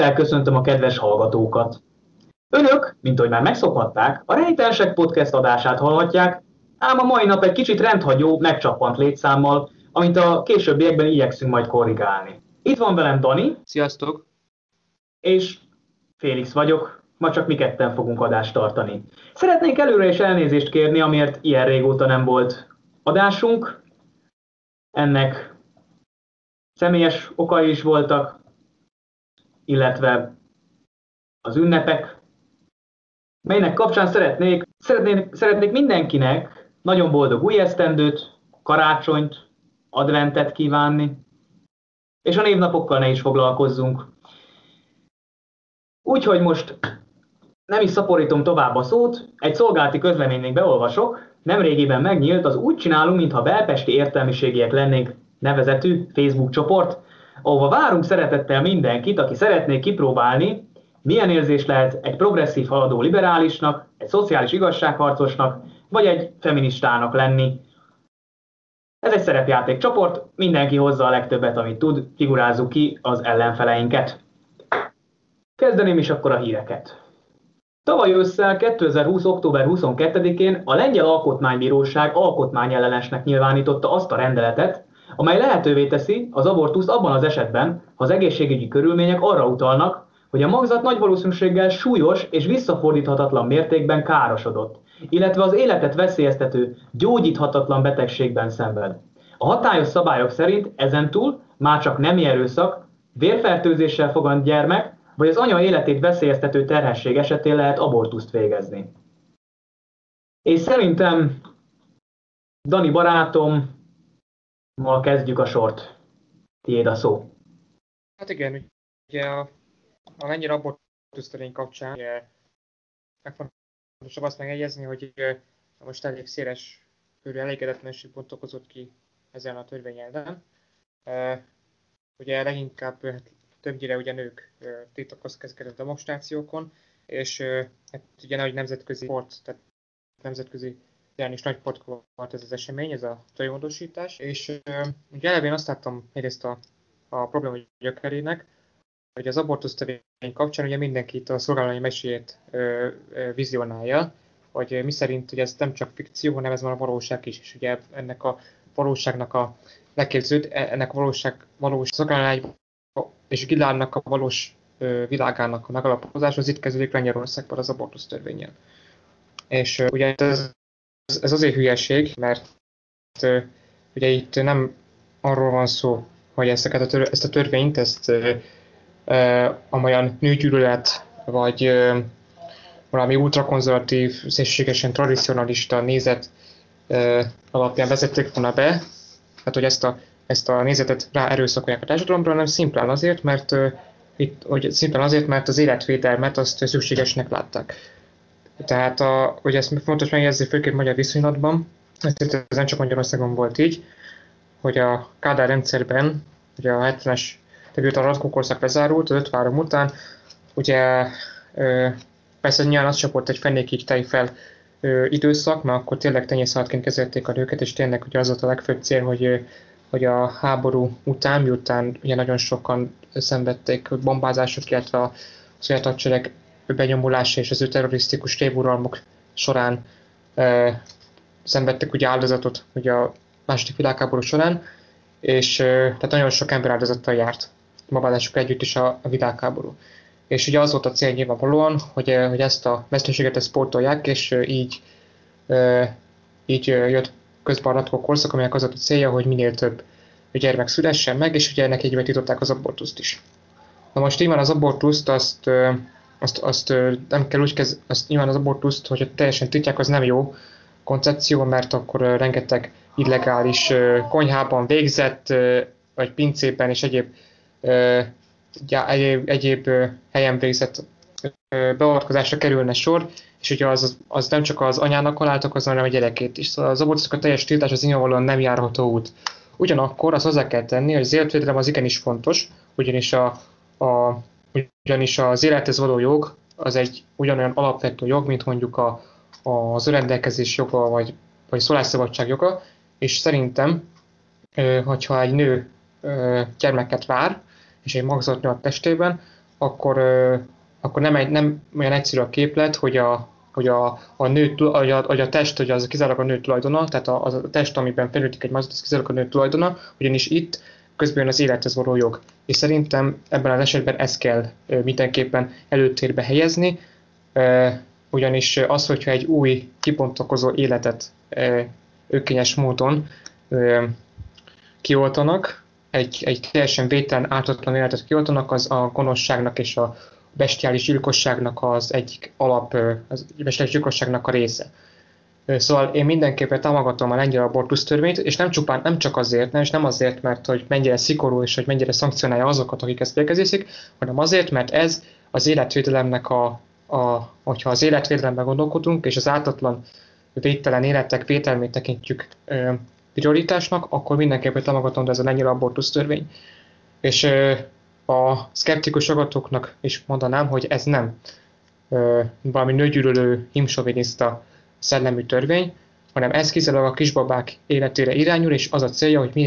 Szeretettel köszöntöm a kedves hallgatókat. Önök, mint ahogy már megszokhatták, a Rejtelsek podcast adását hallhatják, ám a mai nap egy kicsit rendhagyó, megcsappant létszámmal, amit a későbbiekben igyekszünk majd korrigálni. Itt van velem Dani. Sziasztok! És Félix vagyok, ma csak mi ketten fogunk adást tartani. Szeretnénk előre is elnézést kérni, amiért ilyen régóta nem volt adásunk. Ennek személyes okai is voltak, illetve az ünnepek, melynek kapcsán szeretnék mindenkinek nagyon boldog új esztendőt, karácsonyt, adventet kívánni, és a névnapokkal ne is foglalkozzunk. Úgyhogy most nem is szaporítom tovább a szót, egy szolgálati közleménynek beolvasok. Nemrégiben megnyílt az Úgy csinálunk, mintha belpesti értelmiségiek lennénk nevezetű Facebook csoport, ahova várunk szeretettel mindenkit, aki szeretné kipróbálni, milyen érzés lehet egy progresszív haladó liberálisnak, egy szociális igazságharcosnak, vagy egy feministának lenni. Ez egy szerepjáték csoport, mindenki hozza a legtöbbet, amit tud, figurázzuk ki az ellenfeleinket. Kezdeném is akkor a híreket. Tavaly ősszel 2020. október 22-én a Lengyel Alkotmánybíróság alkotmányellenesnek nyilvánította azt a rendeletet, amely lehetővé teszi az abortuszt abban az esetben, ha az egészségügyi körülmények arra utalnak, hogy a magzat nagy valószínűséggel súlyos és visszafordíthatatlan mértékben károsodott, illetve az életet veszélyeztető, gyógyíthatatlan betegségben szenved. A hatályos szabályok szerint ezentúl már csak nemi erőszak, vérfertőzéssel fogant gyermek, vagy az anya életét veszélyeztető terhesség esetén lehet abortuszt végezni. És szerintem, Dani barátommal kezdjük a sort. Tiéd a szó. Hát igen, ugye a lengyel abortusz törvény kapcsán megfontosabb azt megjegyezni, hogy most elég széles körű elégedetlenség bontakozott ki ezen a törvény ellen. Ugye leginkább többnyire ugye nők tiltakoztak a demonstrációkon, és hát ugye nagy nemzetközi sport, tehát nemzetközi is nagy port volt ez az esemény, ez a törvénymódosítás, és ugye elevén azt láttam egyrészt a probléma gyökerének, hogy az abortusz törvény kapcsán ugye mindenki itt a szolgálati meséjét vizionálja, hogy miszerint ugye ez nem csak fikció, hanem ez már a valóság is, és ugye ennek a valóságnak a leképződ, ennek a valós szolgálati és Gilárnak a valós világának a megalapozása az itt kezdődik Lengyelországban az abortusz törvénnyel. És ugye ez azért hülyeség, mert ugye itt nem arról van szó, hogy ezt a törvényt, amolyan nőgyűlölet, vagy valami ultrakonzervatív, szélsőségesen tradicionalista nézet alapján vezették volna be, hát hogy ezt a nézetet ráerőszakolják a társadalomra, hanem szimplán azért, mert az életvédelmet azt szükségesnek látták. Tehát ugye ezt fontos megjegyezni főként magyar viszonylatban, ez nem csak Magyarországon volt így, hogy a Kádár rendszerben, ugye a 70-es, tehát a Radko korszak lezárult, az 53 után, ugye persze nyilván az csak volt egy fenékig tejfel időszak, mert akkor tényleg tenyészállatként kezelték a nőket, és tényleg ugye az volt a legfőbb cél, hogy a háború után, miután ugye nagyon sokan szenvedték bombázások, illetve a szovjet hadsereg benyomulása és az ő terrorisztikus tévuralmuk során szenvedtek ugye áldozatot ugye a második világháború során, és tehát nagyon sok ember áldozattal járt bombázások együtt is a világháború. És ugye az volt a cél nyilvánvalóan, hogy ezt a veszteséget pótolják, és így jött közben a Radko korszak, aminek az volt a célja, hogy minél több gyermek szülessen meg, és ugye ennek egyben tiltották az abortuszt is. Na most nyilván az abortuszt azt nem kell azt nyilván az abortuszt, hogyha teljesen tiltják, az nem jó koncepció, mert akkor rengeteg illegális konyhában végzett, vagy pincében és egyéb helyen végzett beavatkozásra kerülne sor, és ugye az nem csak az anyának halált okozna, hanem a gyerekét is. Szóval az abortusznak a teljes tiltás az nyilvánvalóan nem járható út. Ugyanakkor azt hozzá kell tenni, hogy az életvédelem az igenis fontos, ugyanis az élethez való jog az egy ugyanolyan alapvető jog, mint mondjuk az önrendelkezés joga, vagy szólásszabadság joga, és szerintem, hogyha egy nő gyermeket vár, és egy magzat nő a testében, akkor nem olyan egyszerű a képlet, hogy a test, hogy az kizárólag a nő tulajdona, tehát az a test, amiben felültik egy mazot, az kizárólag a nő tulajdona, ugyanis itt közben jön az élethez való jog. És szerintem ebben az esetben ezt kell mindenképpen előtérbe helyezni, ugyanis az, hogyha egy új kibontakozó életet önkényes módon kioltanak, egy teljesen védtelen, ártatlan életet kioltanak, az a gonoszságnak és a bestiális gyilkosságnak az egyik az bestiális gyilkosságnak a része. Szóval én mindenképpen támogatom a lengyel abortusztörvényt, és nem csak azért, és nem azért, mert hogy mennyire szigorú és hogy mennyire szankcionálja azokat, akik ezt végezészik, hanem azért, mert ez az életvédelemnek hogyha az életvédelemben gondolkodunk, és az ártatlan védtelen életek védelmét tekintjük prioritásnak, akkor mindenképpen támogatom, de ez a lengyel abortusztörvény. És a szkeptikus agatóknak is mondanám, hogy ez nem valami nőgyűlölő, himsoviniszta szellemű törvény, hanem ez kizárólag a kisbabák életére irányul, és az a célja, hogy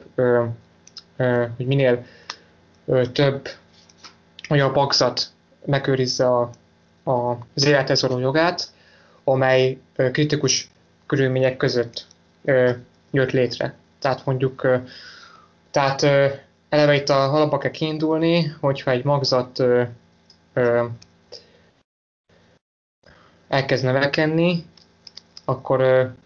minél több olyan magzat megőrizze az élethez való jogát, amely kritikus körülmények között jött létre. Tehát mondjuk, eleve itt alapba kell kiindulni, hogyha egy magzat elkezd nevelkedni, akkor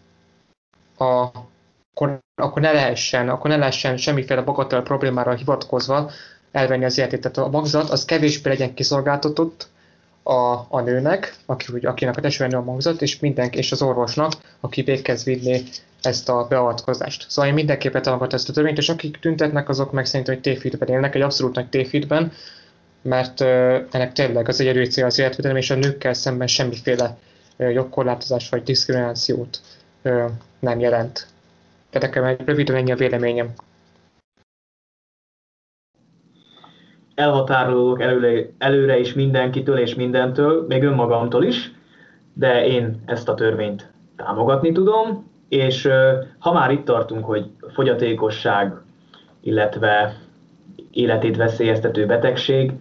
ne lehessen semmiféle bagatell problémára hivatkozva elvenni az életét. Tehát a magzat az kevésbé legyen kiszolgáltatott a nőnek, akinek a testvéren a magzat, és az orvosnak, aki véghez vinni ezt a beavatkozást. Szóval én mindenképpen támogatom ezt a törvényt, és akik tüntetnek, azok meg szerintem egy tévhitben élnek, egy abszolút nagy tévhitben, mert ennek tényleg az egyedül cél az életvédelem, és a nőkkel szemben semmiféle jogkorlátozás vagy diszkriminációt nem jelent. Tehát nekem röviden ennyi a véleményem. Elhatárolódok előre is mindenkitől és mindentől, még önmagamtól is, de én ezt a törvényt támogatni tudom, és ha már itt tartunk, hogy fogyatékosság, illetve életét veszélyeztető betegség,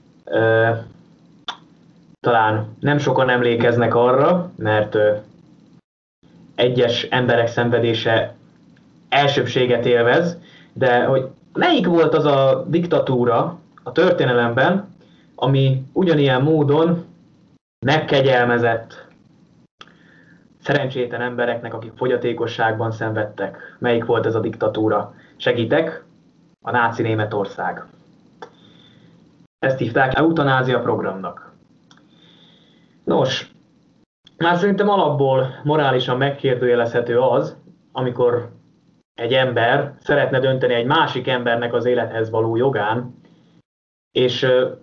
talán nem sokan emlékeznek arra, mert egyes emberek szenvedése elsőbbséget élvez, de hogy melyik volt az a diktatúra a történelemben, ami ugyanilyen módon megkegyelmezett szerencsétlen embereknek, akik fogyatékosságban szenvedtek. Melyik volt ez a diktatúra? Segítek? A náci Németország. Ezt hívták eutanázia programnak. Nos, már szerintem alapból morálisan megkérdőjelezhető az, amikor egy ember szeretne dönteni egy másik embernek az élethez való jogán, és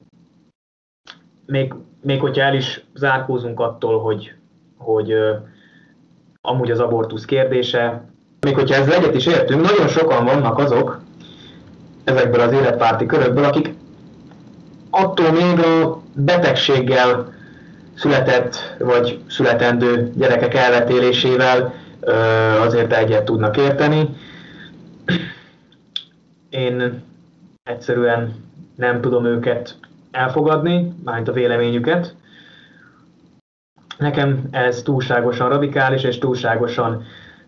még hogyha el is zárkózunk attól, hogy amúgy az abortusz kérdése, még hogyha ezzel egyet is értünk, nagyon sokan vannak azok ezekből az életpárti körökből, akik attól még a betegséggel született vagy születendő gyerekek elvetélésével azért egyet tudnak érteni. Én egyszerűen nem tudom őket elfogadni, mármint a véleményüket. Nekem ez túlságosan radikális, és túlságosan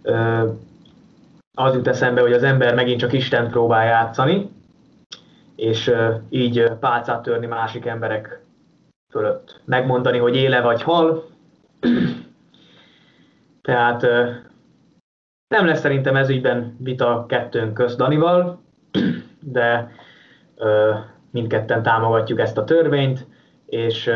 az jut eszembe, hogy az ember megint csak Istent próbál játszani, és így pálcát törni másik emberek fölött. Megmondani, hogy éle vagy hal. Tehát nem lesz szerintem ez ügyben vita kettőnk közt Danival, de mindketten támogatjuk ezt a törvényt, és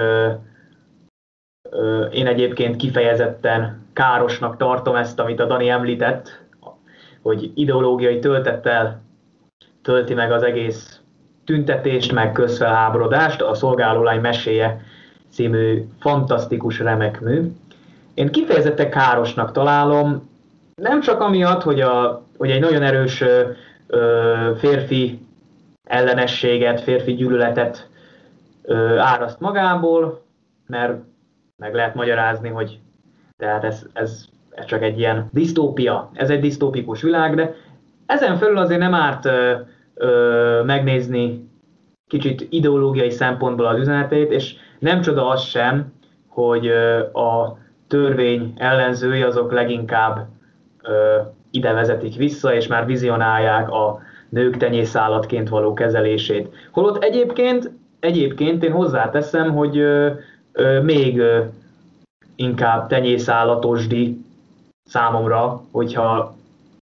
én egyébként kifejezetten károsnak tartom ezt, amit a Dani említett, hogy ideológiai töltettel tölti meg az egész tüntetést, meg közfelháborodást, a Szolgálólány meséje című fantasztikus remek mű. Én kifejezetten károsnak találom, nem csak amiatt, hogy egy nagyon erős férfi ellenességet, férfi gyűlöletet áraszt magából, mert meg lehet magyarázni, hogy tehát ez csak egy ilyen disztópia, ez egy disztópikus világ, de ezen felül azért nem árt megnézni kicsit ideológiai szempontból az üzenetét, és nem csoda az sem, hogy a törvény ellenzői azok leginkább ide vezetik vissza, és már vizionálják a nők tenyészállatként való kezelését. Holott egyébként én hozzáteszem, hogy még inkább tenyészállatosdi számomra, hogyha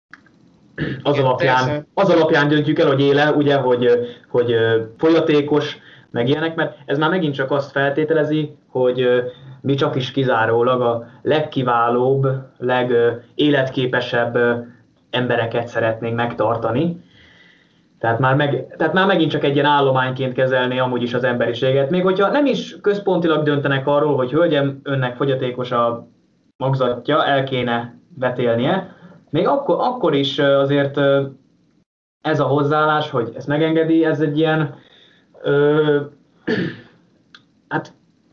az alapján döntjük el, hogy éle, ugye, hogy fogyatékos, meg ilyenek, mert ez már megint csak azt feltételezi, hogy mi csak is kizárólag a legkiválóbb, legéletképesebb embereket szeretnénk megtartani. Tehát már megint csak egy ilyen állományként kezelné amúgy is az emberiséget. Még hogyha nem is központilag döntenek arról, hogy hölgyem, önnek fogyatékos a magzatja, el kéne vetélnie, még akkor is azért ez a hozzáállás, hogy ezt megengedi, ez egy ilyen hát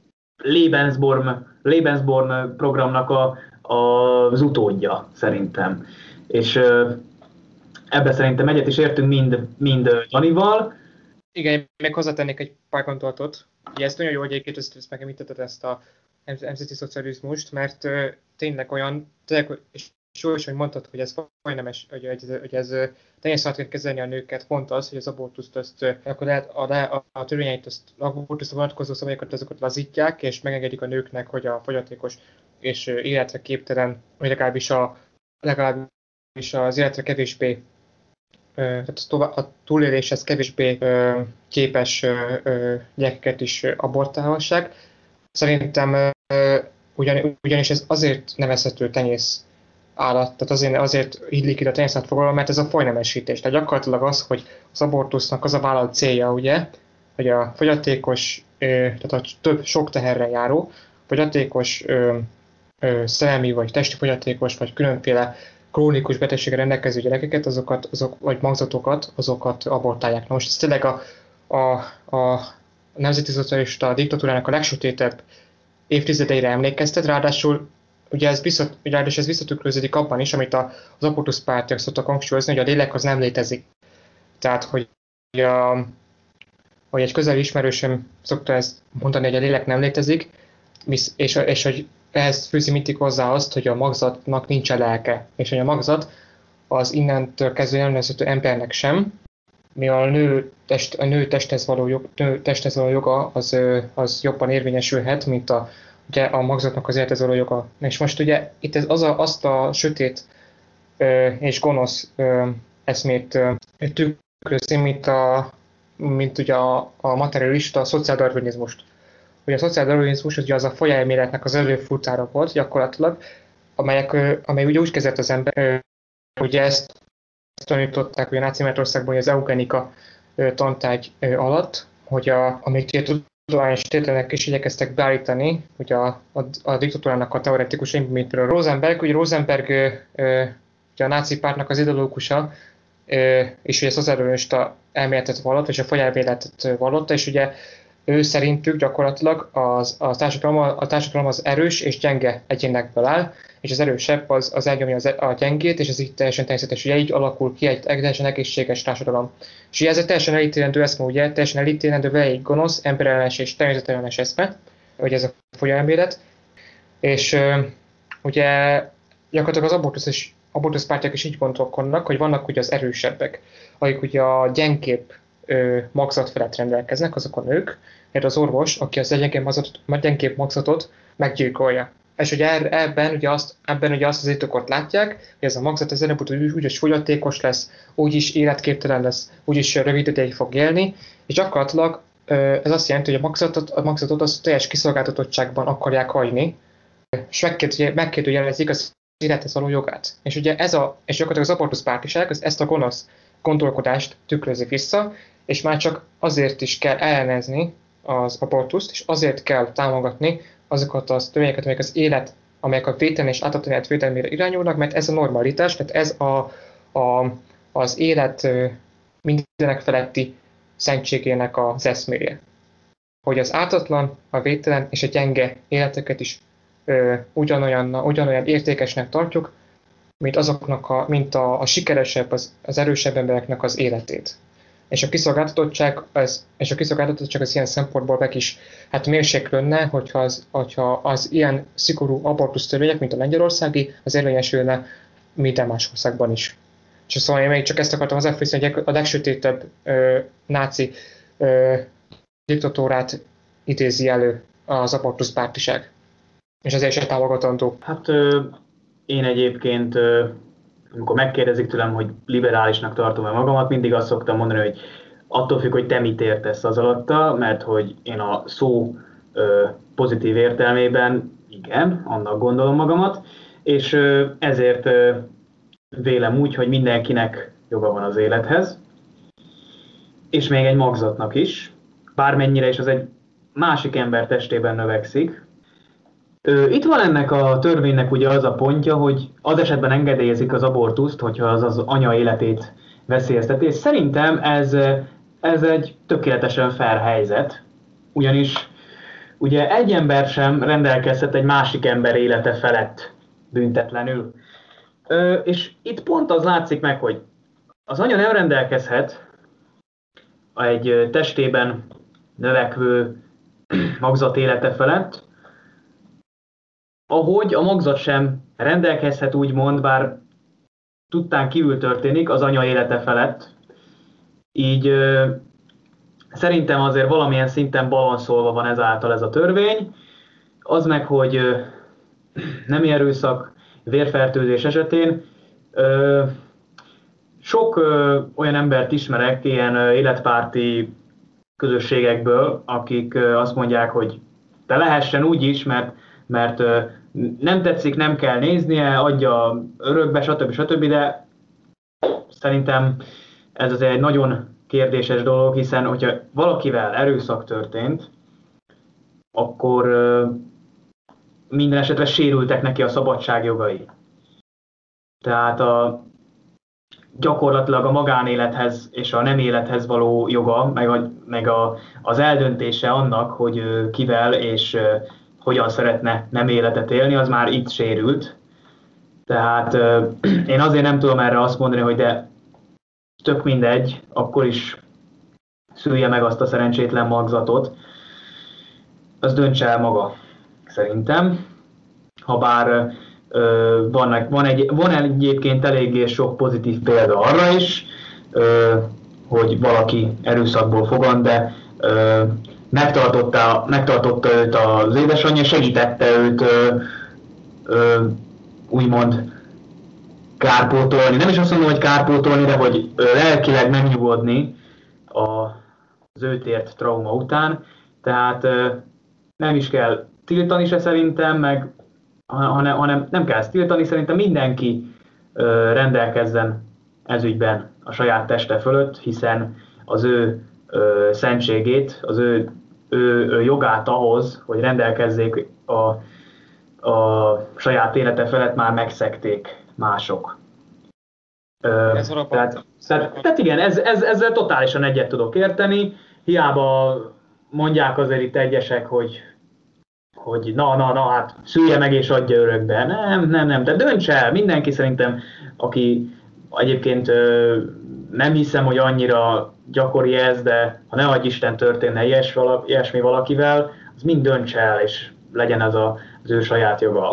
Lebensborn programnak az utódja szerintem. És ebben szerintem egyet is értünk mind Danival. Igen, én még hozzátennék egy pár gondolatot. Ugye ezt nagyon jó, hogy egyébként ezt megemlítetted, ezt a nemzeti szocializmust, mert tényleg olyan, és jó is, hogy mondtad, hogy ez fajnemes, hogy ez tenyészállatként kezelni a nőket, pont az, hogy az abortuszt akkor lehet a törvényeit, az abortuszra vonatkozó szabályokat azokat lazítják, és megengedik a nőknek, hogy a fogyatékos és életre képtelen, vagy legalábbis az életre kevésbé, tehát a túléléshez kevésbé képes gyerekeket is abortálhassák. Szerintem ugyanis ez azért nevezhető tenyész állat, tehát azért illik ide a tenyészállat fogalom, mert ez a fajnemesítés. Tehát gyakorlatilag az, hogy az abortusznak az a vállalt célja, ugye, hogy a fogyatékos, tehát a sok teherrel járó, fogyatékos, szellemi vagy testi fogyatékos, vagy különféle krónikus betegséggel rendelkező gyerekeket, vagy magzatokat, azokat abortálják. Na most ez tényleg a nemzeti szocialista diktatúrának a legsötétebb évtizedeire emlékeztet, ráadásul ugye ez visszatükröződik abban is, amit az abortuszpártiak szoktak hangsúlyozni, hogy a lélek az nem létezik. Tehát, hogy egy közeli ismerősöm szokta ezt mondani, hogy a lélek nem létezik, és hogy ehhez fűzi mindig hozzá azt, hogy a magzatnak nincs lelke, és hogy a magzat az innentől kezdve jellemző embernek sem, mi a nő testhez való joga az jobban érvényesülhet, mint ugye a magzatnak az élethez való joga. És most ugye itt ez azt a sötét és gonosz eszmét tükrözi, mint ugye a materialista, a szociáldarwinizmust. Ugye a szociáldarwinizmus ugye az a fajelméletnek az előfutára volt gyakorlatilag, amely ugye úgy kezelt az ember, ugye ezt tanították ugye a náci Németországban, hogy az eugenika tantárgy alatt, hogy amíg tudományos tételnek is igyekeztek beállítani, hogy a diktatúrának a teoretikusai, mint például Rosenberg, ugye a náci pártnak az ideológusa, és ugye a szociáldarwinista elméletet vallott, és a fajelméletet vallotta, és ugye ő szerintük gyakorlatilag a társadalom az erős és gyenge egyénekből áll, és az erősebb az elnyomja a gyengét, és ez így teljesen természetes, ugye így alakul ki egy teljesen egészséges társadalom. És ugye ez egy teljesen elítélendő eszme, ugye, teljesen elítélendő vele egy gonosz, emberellenes és természetellenes eszme, hogy ez a folyaelmélet. És ugye gyakorlatilag az abortuszpártiak is így gondolkodnak, hogy vannak ugye az erősebbek, akik ugye a gyengébb magzat felett rendelkeznek, azok a nők, mert az orvos, aki az gyengébb magzatot meggyilkolja. És ugye ebben ugye azt az indokot látják, hogy ez a magzat ez előbb-utóbb úgyis fogyatékos lesz, úgyis életképtelen lesz, úgyis rövid ideig fog élni, és gyakorlatilag ez azt jelenti, hogy a magzatot az teljes kiszolgáltatottságban akarják hagyni, és megkérdőjelezik az élethez való jogát. És ugye és gyakorlatilag az abortuszpártiság ezt a gonosz gondolkodást tükrözi vissza, és már csak azért is kell ellenezni az abortuszt, és azért kell támogatni azokat az törvényeket, amelyek a védelmi és átadott élet védelmére irányulnak, mert ez a normalitás, tehát ez az élet mindenek feletti szentségének az eszméje. Hogy az ártatlan, a védtelen és a gyenge életeket is ugyanolyan értékesnek tartjuk, mint a sikeresebb, az erősebb embereknek az életét. és a kiszolgáltatottság az ilyen szempontból meg is hát mérséklődne, hogyha az ilyen szigorú abortusz törvények, mint a lengyelországi, az érvényesülne minden más országban is. És szóval én még csak ezt akartam hozzáfűzni, hogy a legsötétebb náci diktatórát idézi elő az abortuszpártiság. És ezért sem támogatandó. Hát én egyébként, amikor megkérdezik tőlem, hogy liberálisnak tartom-e magamat, mindig azt szoktam mondani, hogy attól függ, hogy te mit értesz az alatta, mert hogy én a szó pozitív értelmében igen, annak gondolom magamat, és ezért vélem úgy, hogy mindenkinek joga van az élethez, és még egy magzatnak is, bármennyire is az egy másik ember testében növekszik. Itt van ennek a törvénynek ugye az a pontja, hogy az esetben engedélyezik az abortuszt, hogyha az anya életét veszélyezteti, és szerintem ez egy tökéletesen fair helyzet, ugyanis ugye egy ember sem rendelkezhet egy másik ember élete felett büntetlenül. És itt pont az látszik meg, hogy az anya nem rendelkezhet egy testében növekvő magzat élete felett, ahogy a magzat sem rendelkezhet úgymond, bár tudtán kívül történik az anya élete felett. Így szerintem azért valamilyen szinten balanszolva van ezáltal ez a törvény. Az meg, hogy nemi erőszak, vérfertőzés esetén sok olyan embert ismerek ilyen életpárti közösségekből, akik azt mondják, hogy de lehessen úgy is, mert nem tetszik, nem kell néznie, adja örökbe, stb. De szerintem ez azért egy nagyon kérdéses dolog, hiszen hogyha valakivel erőszak történt, akkor minden esetre sérültek neki a szabadságjogai. Tehát gyakorlatilag a magánélethez és a nem élethez való joga, meg az eldöntése annak, hogy kivel és hogyan szeretne nem életet élni, az már itt sérült. Tehát én azért nem tudom erre azt mondani, hogy de tök mindegy, akkor is szülje meg azt a szerencsétlen magzatot. Az döntse el maga, szerintem. Habár van egyébként eléggé sok pozitív példa arra is, hogy valaki erőszakból fogant, de megtartotta őt az édesanyja, segítette őt úgymond kárpótolni. Nem is azt mondom, hogy kárpótolni, de hogy lelkileg megnyugodni az őt ért trauma után. Tehát nem is kell tiltani se szerintem, hanem nem kell ezt tiltani, szerintem mindenki rendelkezzen ezügyben a saját teste fölött, hiszen az ő szentségét, az ő jogát ahhoz, hogy rendelkezzék a saját élete felett már megszegték mások. Tehát igen, ezzel totálisan egyet tudok érteni, hiába mondják azért itt egyesek, hogy na, hát szülje meg és adja örökbe. Nem, de dönts el, mindenki szerintem, aki egyébként nem hiszem, hogy annyira gyakori ez, de ha ne adj Isten történne ilyesmi valakivel, az mind dönts el, és legyen az ő saját joga.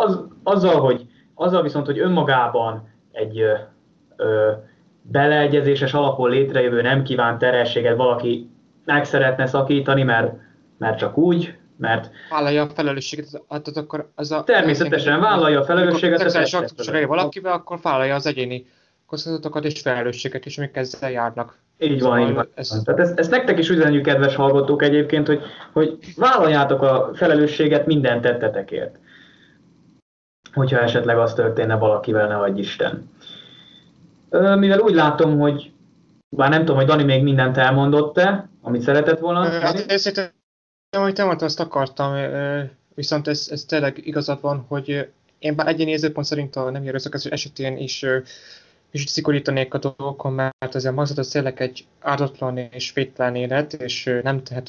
Azzal viszont, hogy önmagában egy beleegyezéses alapon létrejövő nem kívánt terhességet valaki meg szeretne szakítani, mert csak úgy, mert vállalja a felelősséget, hát akkor természetesen vállalja a felelősséget. Amikor valakivel, akkor vállalja az egyéni kockázatokat és felelősséget is, amik ezzel járnak. Így van. Tehát ezt nektek is üzenjük, kedves hallgatók egyébként, hogy vállaljátok a felelősséget minden tettetekért. Hogyha esetleg az történne valakivel, ne adj Isten. Mivel úgy látom, hogy bár nem tudom, hogy Dani még mindent elmondott-e, amit szeretett volna. Amit elmondtam, azt akartam, viszont ez tényleg igazad van, hogy én bár egyéni nézőpont szerint a nemi erőszak esetén is szigorítanék a dolgokon, mert az a magzat az tényleg egy áldatlan és vétlen élet, és nem tehet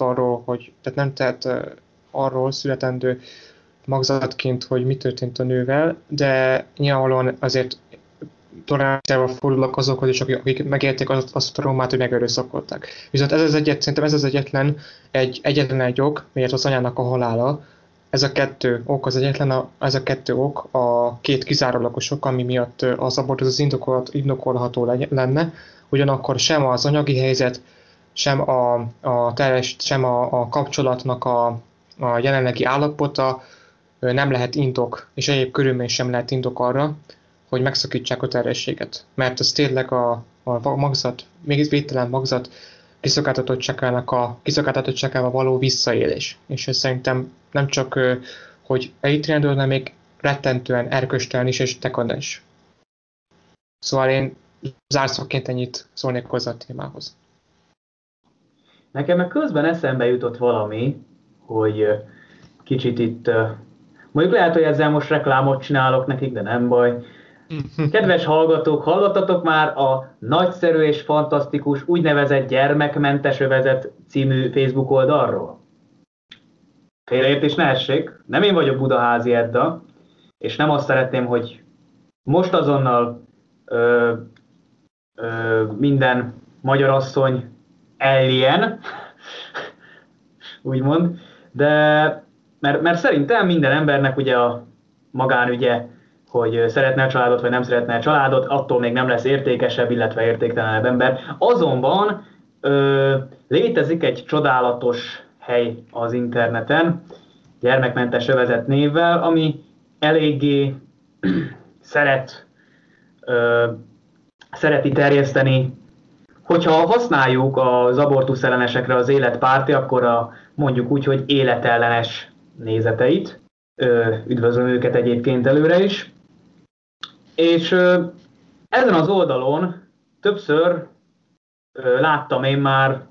arról születendő magzatként, hogy mi történt a nővel, de nyilvánvalóan azért toleranciával fordulnak azokhoz is, akik megérték azt a traumát, hogy megerőszakolták. Viszont szerintem ez az egyetlen egy ok, miért az anyának a halála, ez a kettő ok, ez a kettő ok a két kizárólagos ok, ami miatt az abortusz az indokolható lenne, ugyanakkor sem az anyagi helyzet, sem a kapcsolatnak a jelenlegi állapota nem lehet indok, és egyéb körülmény sem lehet indok arra, hogy megszakítsák a terhességet. Mert ez tényleg a magzat, még védtelen magzat kiszolgáltatottságával való visszaélés. És ez szerintem nem csak, hogy elítélendő, hanem még rettentően erkölcstelen is és dekadens. Szóval én zárszóként ennyit szólnék hozzá a témához. Nekem meg közben eszembe jutott valami, hogy kicsit itt, mondjuk lehet, hogy ezzel most reklámot csinálok nekik, de nem baj. Kedves hallgatók, hallottatok már a nagyszerű és fantasztikus úgynevezett Gyermekmentes Övezet című Facebook oldalról? Félreértés ne essék, nem én vagyok Budaházi Edda, és nem azt szeretném, hogy most azonnal minden magyar asszony eljen, úgymond, de mert szerintem minden embernek ugye a magánügye, hogy szeretne a családot, vagy nem szeretne a családot, attól még nem lesz értékesebb, illetve értéktelenebb ember. Azonban létezik egy csodálatos hely az interneten, Gyermekmentes Övezet névvel, ami eléggé szereti terjeszteni, hogyha használjuk az abortusz ellenesekre az életpárti, akkor mondjuk úgy, hogy életellenes nézeteit. Üdvözlöm őket egyébként előre is. És ezen az oldalon többször láttam én már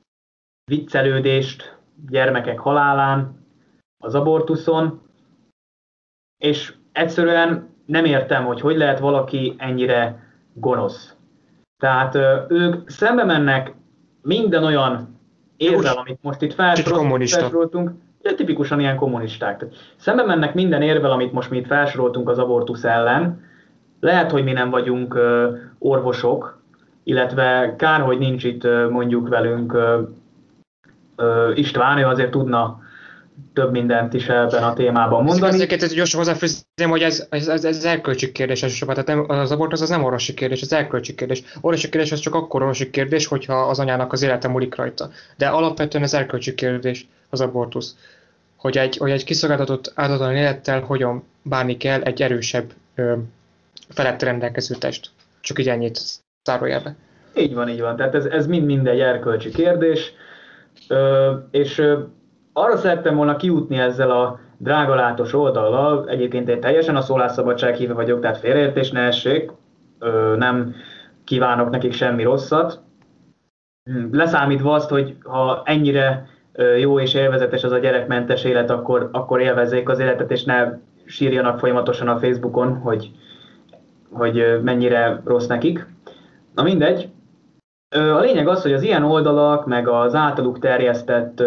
viccelődést gyermekek halálán, az abortuszon, és egyszerűen nem értem, hogy lehet valaki ennyire gonosz. Tehát ők szembe mennek minden olyan érvel, amit most itt felsoroltunk, tipikusan ilyen kommunisták. Szembe mennek minden érvel, amit most mi itt felsoroltunk az abortusz ellen. Lehet, hogy mi nem vagyunk orvosok, illetve kár, hogy nincs itt mondjuk velünk István, ő azért tudna több mindent is ebben a témában mondani. Ezeket gyorsan hozzáfűzném, hogy ez erkölcsi kérdés elsősorban. Tehát az abortusz az nem orvosi kérdés, ez erkölcsi kérdés. Orvosi kérdés az csak akkor orvosi kérdés, hogyha az anyának az élete múlik rajta. De alapvetően ez erkölcsi kérdés az abortusz. Hogy egy kiszolgáltatott áldatlan élettel hogyan bánni kell egy erősebb felett rendelkező test. Csak így ennyit zárójelbe. Így van. Tehát ez mind egy erkölcsi kérdés. És arra szerettem volna kijutni ezzel a drágalátos oldallal, egyébként én teljesen a szólásszabadság híve vagyok, tehát félreértés ne essék, nem kívánok nekik semmi rosszat. Leszámítva azt, hogy ha ennyire jó és élvezetes az a gyerekmentes élet, akkor élvezzék az életet, és ne sírjanak folyamatosan a Facebookon, hogy mennyire rossz nekik. Na mindegy. A lényeg az, hogy az ilyen oldalak, meg az általuk terjesztett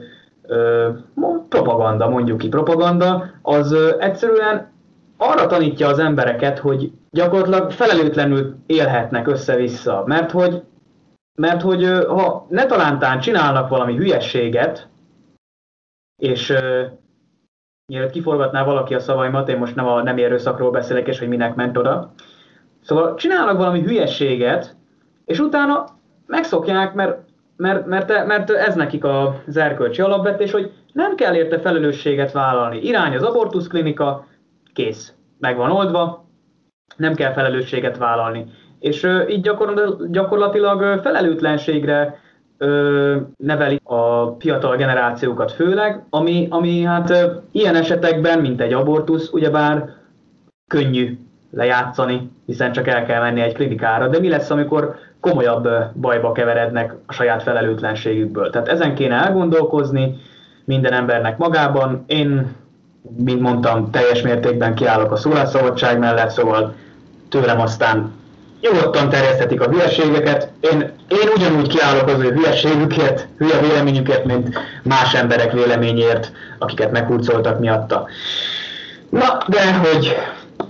propaganda, mondjuk ki propaganda, az egyszerűen arra tanítja az embereket, hogy gyakorlatilag felelőtlenül élhetnek össze-vissza. Mert hogy ha netalántán csinálnak valami hülyességet, és mielőtt kiforgatná valaki a szavaimat, én most nem a nem erőszakról beszélek, és hogy minek ment oda. Szóval csinálnak valami hülyességet, és utána megszokják, mert ez nekik az erkölcsi alapvetés, hogy nem kell érte felelősséget vállalni. Irány az abortuszklinika, kész, meg van oldva, nem kell felelősséget vállalni. És így gyakorlatilag felelőtlenségre neveli a fiatal generációkat főleg, ami hát ilyen esetekben, mint egy abortusz, ugyebár könnyű lejátszani, hiszen csak el kell menni egy klinikára. De mi lesz, amikor komolyabb bajba keverednek a saját felelőtlenségükből? Tehát ezen kéne elgondolkozni minden embernek magában. Én, mint mondtam, teljes mértékben kiállok a szólásszabadság mellett, szóval tőlem aztán nyugodtan terjeszthetik a hülyeségeket. Én ugyanúgy kiállok az ő hülyeségükért, hülye véleményükért, mint más emberek véleményért, akiket meghurcoltak miatta. Na, de hogy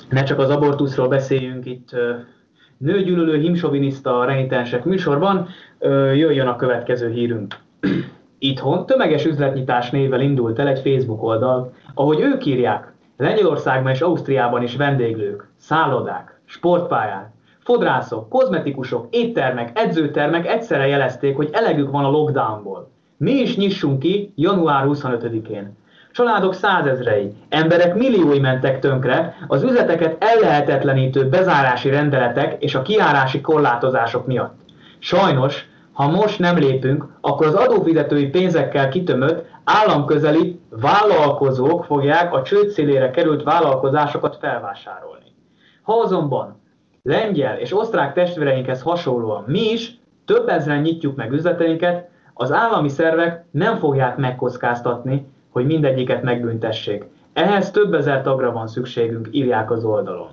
ne csak az abortuszról beszéljünk itt nőgyűlölő, himsoviniszta, renitensek műsorban, jöjjön a következő hírünk. Itthon tömeges üzletnyitás névvel indult el egy Facebook oldal, ahogy ők írják, Lengyelországban és Ausztriában is vendéglők, szállodák, sportpályák, fodrászok, kozmetikusok, éttermek, edzőtermek egyszerre jelezték, hogy elegük van a lockdownból. Mi is nyissunk ki január 25-én. Családok százezrei, emberek milliói mentek tönkre az üzleteket ellehetetlenítő bezárási rendeletek és a kijárási korlátozások miatt. Sajnos, ha most nem lépünk, akkor az adófizetői pénzekkel kitömött, államközeli vállalkozók fogják a csőd szélére került vállalkozásokat felvásárolni. Ha azonban lengyel és osztrák testvéreinkhez hasonlóan mi is több ezren nyitjuk meg üzleteinket, az állami szervek nem fogják megkockáztatni, hogy mindegyiket megbüntessék. Ehhez több ezer tagra van szükségünk, írják az oldalon.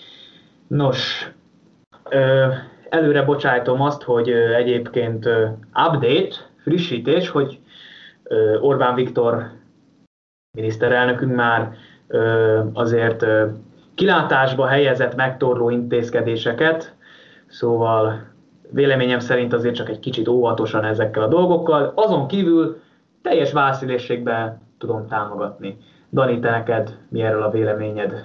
Nos, előre bocsájtom azt, hogy egyébként update, frissítés, hogy Orbán Viktor miniszterelnökünk már azért kilátásba helyezett megtorló intézkedéseket, szóval véleményem szerint azért csak egy kicsit óvatosan ezekkel a dolgokkal. Azon kívül teljes válaszülésségben tudom támogatni. Dani, te neked mi erről a véleményed?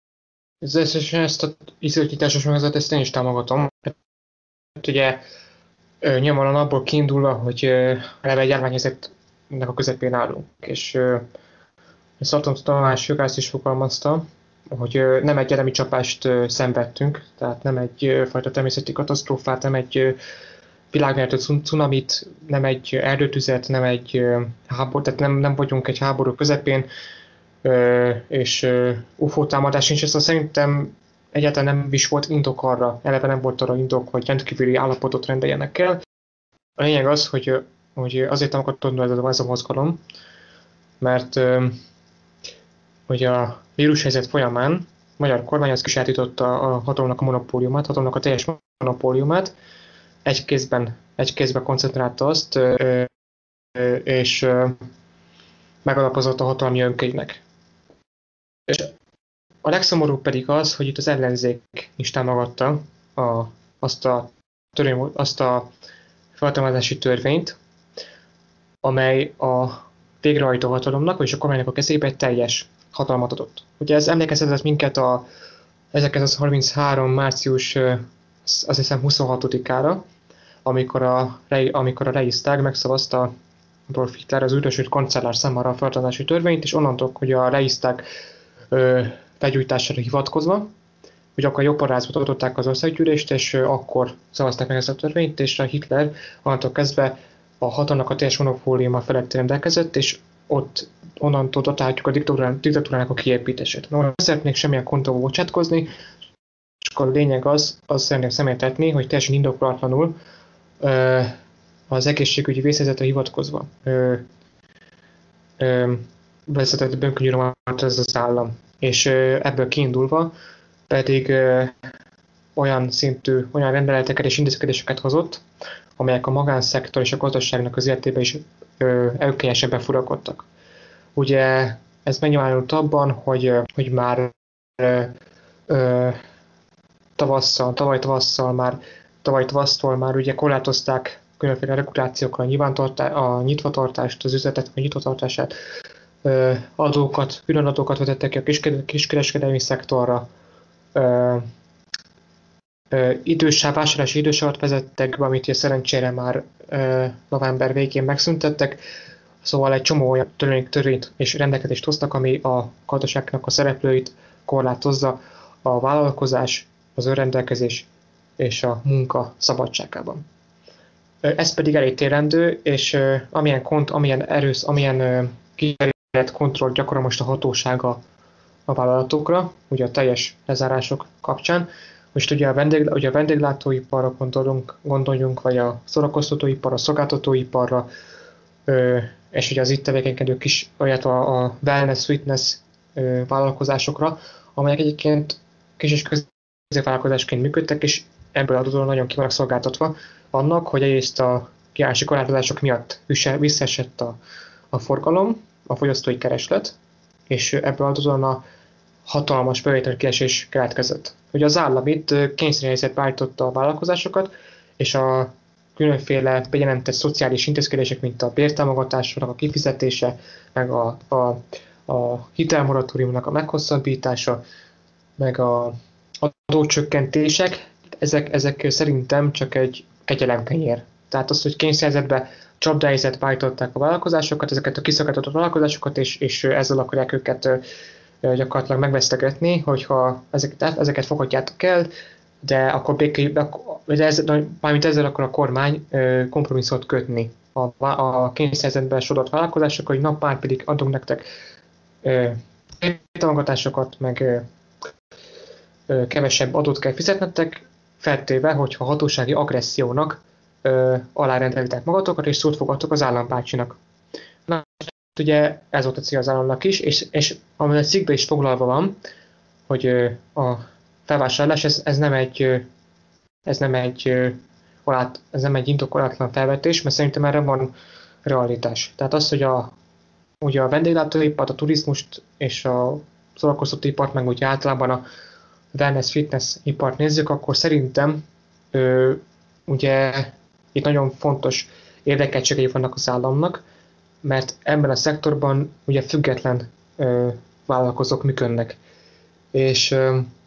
Ezt a izőtításos megvezetést ezt én is támogatom. Hát ugye nyilvánvalóan abból kiindulva, hogy eleve egy járványhelyzetnek a közepén állunk. És Szarton Tamás jogász is fogalmazta, hogy nem egy elemi csapást szenvedtünk, tehát nem egyfajta természeti katasztrófát, nem egy világméretű cunamit, nem egy erdőtüzet, nem egy háború, tehát nem vagyunk egy háború közepén, és UFO támadás nincs, ezt szerintem egyáltalán nem is volt indok arra, eleve nem volt arra indok, hogy rendkívüli állapotot rendeljenek el. A lényeg az, hogy azért támogatott ez a mozgalom, mert hogy a vírushelyzet folyamán a magyar kormány az kisállította a hatalomnak a monopóliumát, hatalomnak a teljes monopóliumát, egy kézben koncentrálta azt, és megalapozott a hatalmi önkénynek. És a legszomorúbb pedig az, hogy itt az ellenzék is támogatta azt a felhatalmazási törvényt, amely a végrehajtó hatalomnak, vagyis a kormánynak a kezébe egy teljes hatalmat adott. Ugye ez emlékeztetett minket a 1933. március azt hiszem 26-ára, amikor a Reichstag megszavazta Adolf Hitler az üdvösült kancellár számára a felhatalmazási törvényt, és onnantól, hogy a Reichstag felgyújtására hivatkozva, hogy akkor jogparázsba adották az országgyűlést, és akkor szavazták meg ezt a törvényt, és a Hitler onnantól kezdve a hatalomnak a teljes monopóliuma felett rendelkezett, és onnantól datálhatjuk a diktatúrának a kiépítését. No, nem szeretnék semmilyen kontóba bocsátkozni, és akkor a lényeg az szeretném szemléltetni, hogy teljesen indokolatlanul az egészségügyi vészhelyzetre hivatkozva vezetett bűnkönnyűromat ez az állam. És ebből kiindulva pedig olyan rendeleteket és intézkedéseket hozott, amelyek a magánszektor és a gazdaságnak az életébe is előkényesen befurakodtak. Ugye ez megnyilvánult abban, hogy már tavaly tavasztól már ugye korlátozták különféle regulációkra a nyitvatartást, az üzletet a nyitvatartását, külön adókat vetettek ki a kiskereskedelmi szektorra, vásárlási idősávat vezettek be, amit szerencsére már november végén megszüntettek, szóval egy csomó olyan törvényt és rendelkezést hoztak, ami a gazdaságnak a szereplőit korlátozza a vállalkozás, az önrendelkezés és a munka szabadságában. Ez pedig elítélendő, és amilyen kiterjedt kontrollt gyakorol most a hatósága a vállalatokra, ugye a teljes lezárások kapcsán. Most ugye a vendéglátóiparra gondoljunk, vagy a szórakoztatóiparra, a szolgáltatóiparra, és ugye az itt tevékenykedő a wellness, fitness vállalkozásokra, amelyek egyébként kis és középvállalkozásként működtek, és ebből adódóan nagyon ki vannak szolgáltatva annak, hogy egyrészt a kijárási korlátozások miatt visszaesett a forgalom, a fogyasztói kereslet, és ebből adódóan hatalmas bevételkiesés keletkezett. Ugye az állam itt kényszerhelyzetbe állította a vállalkozásokat, és a különféle bejelentett szociális intézkedések, mint a bértámogatásoknak a kifizetése, meg a hitelmoratóriumnak a meghosszabbítása, meg a adócsökkentések, ezek szerintem csak egy elemkenyér. Tehát az, hogy kényszerhelyzetbe, csapdahelyzetbe állították a vállalkozásokat, ezeket a kiszakadott vállalkozásokat, és ezzel akarják őket gyakorlatilag megvesztegetni, hogyha ezeket fogadjátok el, de akkor mármint ezzel akkor a kormány kompromisszumot kötni a kényszerhelyzetben sodort vállalkozások, hogy már pedig adunk nektek támogatásokat, meg kevesebb adót kell fizetnetek, feltéve, hogyha hatósági agressziónak alárendelitek magatokat, és szót fogadtok az állampácsinak. Na, ugye ez volt a cél az államnak is, és amely a cikkben is foglalva van, hogy a felvásárlás ez nem egy indokolatlan felvetés, mert szerintem erre van realitás. Tehát az, hogy ugye a vendéglátóipart, a turizmust és a szórakoztatóipart, meg úgy általában a wellness, fitness ipart nézzük, akkor szerintem ugye itt nagyon fontos érdekeltségei vannak az államnak, mert ebben a szektorban ugye független vállalkozók működnek. És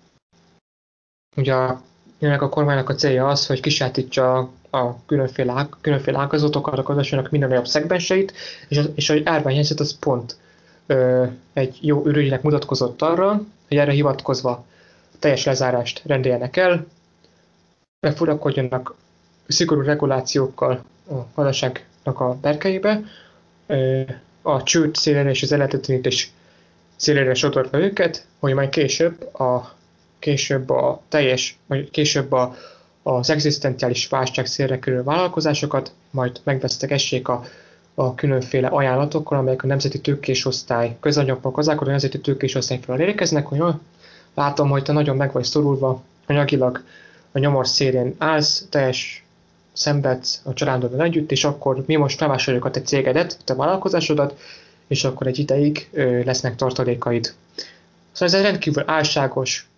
ugye a kormánynak a célja az, hogy kisátítsa a különféle ágazatokat, a gazdaságnak minden nagyobb szegmenseit, és a járványhelyzet az pont egy jó ürügynek mutatkozott arra, hogy erre hivatkozva teljes lezárást rendeljenek el, befurakodjanak szigorú regulációkkal a gazdaságnak a berkeibe, a csőd szélére és az ellehetetlenítés szélére sodorva őket, hogy majd később az egzisztenciális válság szélre kerülő vállalkozásokat majd megvesztegessék a különféle ajánlatokkal, amelyek a nemzeti tőkésosztály, közanyagban gazdálkodó nemzeti tőkésosztály felől érkeznek, hogy látom, hogy te nagyon meg vagy szorulva, anyagilag a nyomor szélén állsz, teljes szenvedsz a családodban együtt, és akkor mi most felvásároljuk a te cégedet, te vállalkozásodat, és akkor egy ideig lesznek tartalékaid. Szóval ez egy rendkívül álságos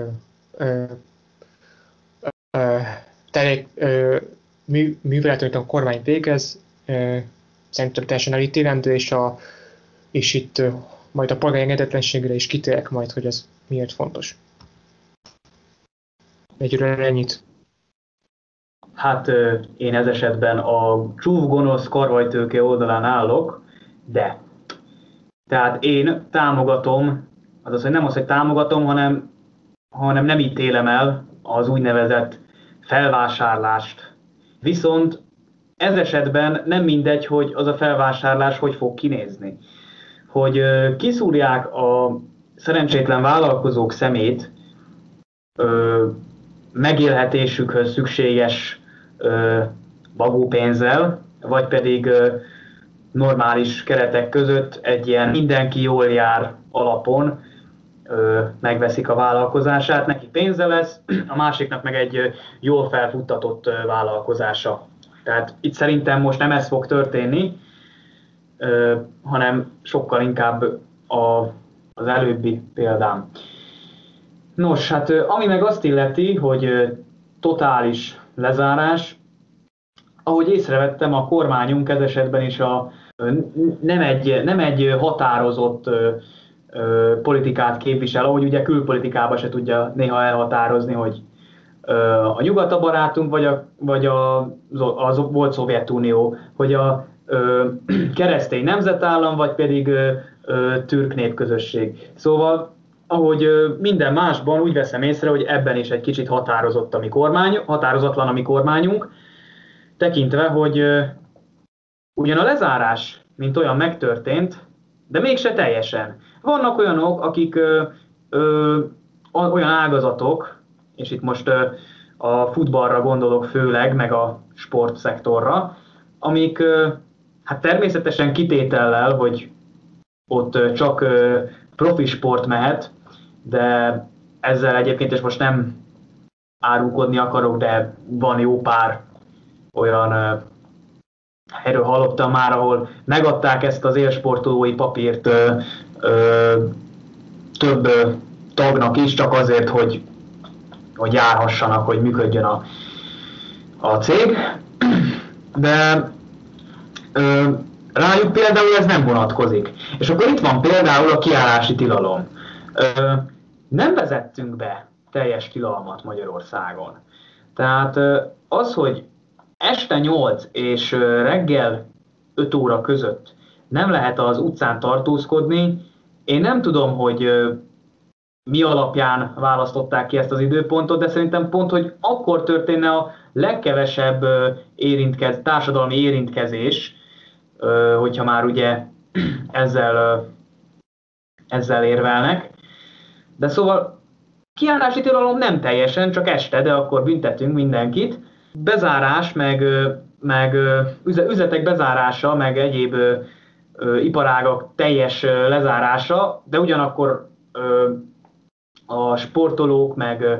művelet, amit a kormány végez, szerintem teljesen elítélendő, és itt majd a polgári engedetlenségre is kitérek majd, hogy ez miért fontos. Egyről ennyit. Hát én ez esetben a csúf gonosz karvajtőke oldalán állok, de tehát én támogatom, azaz, hogy nem az, hogy támogatom, hanem nem ítélem el az úgynevezett felvásárlást. Viszont ez esetben nem mindegy, hogy az a felvásárlás hogy fog kinézni. Hogy kiszúrják a szerencsétlen vállalkozók szemét megélhetésükhöz szükséges bagópénzzel, vagy pedig normális keretek között egy ilyen mindenki jól jár alapon megveszik a vállalkozását, neki pénze lesz, a másiknak meg egy jól felfuttatott vállalkozása. Tehát itt szerintem most nem ez fog történni, hanem sokkal inkább az előbbi példám. Nos, hát ami meg azt illeti, hogy totális lezárás, ahogy észrevettem, a kormányunk ez esetben is nem egy határozott politikát képvisel, ahogy ugye külpolitikában se tudja néha elhatározni, hogy a nyugat a barátunk, vagy az volt Szovjetunió, hogy a keresztény nemzetállam, vagy pedig türk népközösség. Szóval, ahogy minden másban úgy veszem észre, hogy ebben is egy kicsit határozatlan a mi kormányunk, tekintve, hogy ugyan a lezárás, mint olyan megtörtént, de mégse teljesen. Vannak olyanok, akik olyan ágazatok, és itt most a futballra gondolok főleg, meg a sportszektorra, amik hát természetesen kitétellel, hogy ott csak profi sport mehet, de ezzel egyébként, és most nem árulkodni akarok, de van jó pár olyan erről hallottam már, ahol megadták ezt az élsportolói papírt több tagnak is, csak azért, hogy járhassanak, hogy működjön a cég. De rájuk például ez nem vonatkozik. És akkor itt van például a kiállási tilalom. Nem vezettünk be teljes tilalmat Magyarországon. Tehát az, hogy este 8 és reggel 5 óra között nem lehet az utcán tartózkodni, én nem tudom, hogy mi alapján választották ki ezt az időpontot, de szerintem pont, hogy akkor történne a legkevesebb társadalmi érintkezés, hogyha már ugye ezzel érvelnek. De szóval kiállási tilalom nem teljesen, csak este, de akkor büntetünk mindenkit. Bezárás, meg üzletek bezárása, meg egyéb iparágak teljes lezárása, de ugyanakkor a sportolók,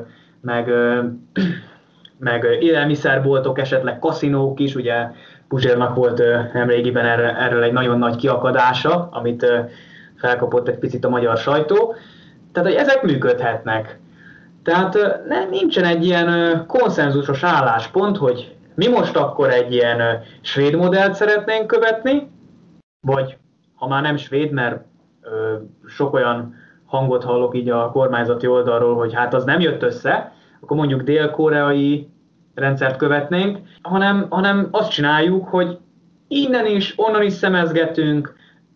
meg élelmiszerboltok, esetleg kaszinók is, ugye Puzsérnak volt nemrégiben erről egy nagyon nagy kiakadása, amit felkapott egy picit a magyar sajtó. Tehát, hogy ezek működhetnek. Tehát nincsen egy ilyen konszenzusos álláspont, hogy mi most akkor egy ilyen svéd modellt szeretnénk követni, vagy ha már nem svéd, mert sok olyan hangot hallok így a kormányzati oldalról, hogy hát az nem jött össze, akkor mondjuk dél-koreai rendszert követnénk, hanem azt csináljuk, hogy innen is, onnan is szemezgetünk.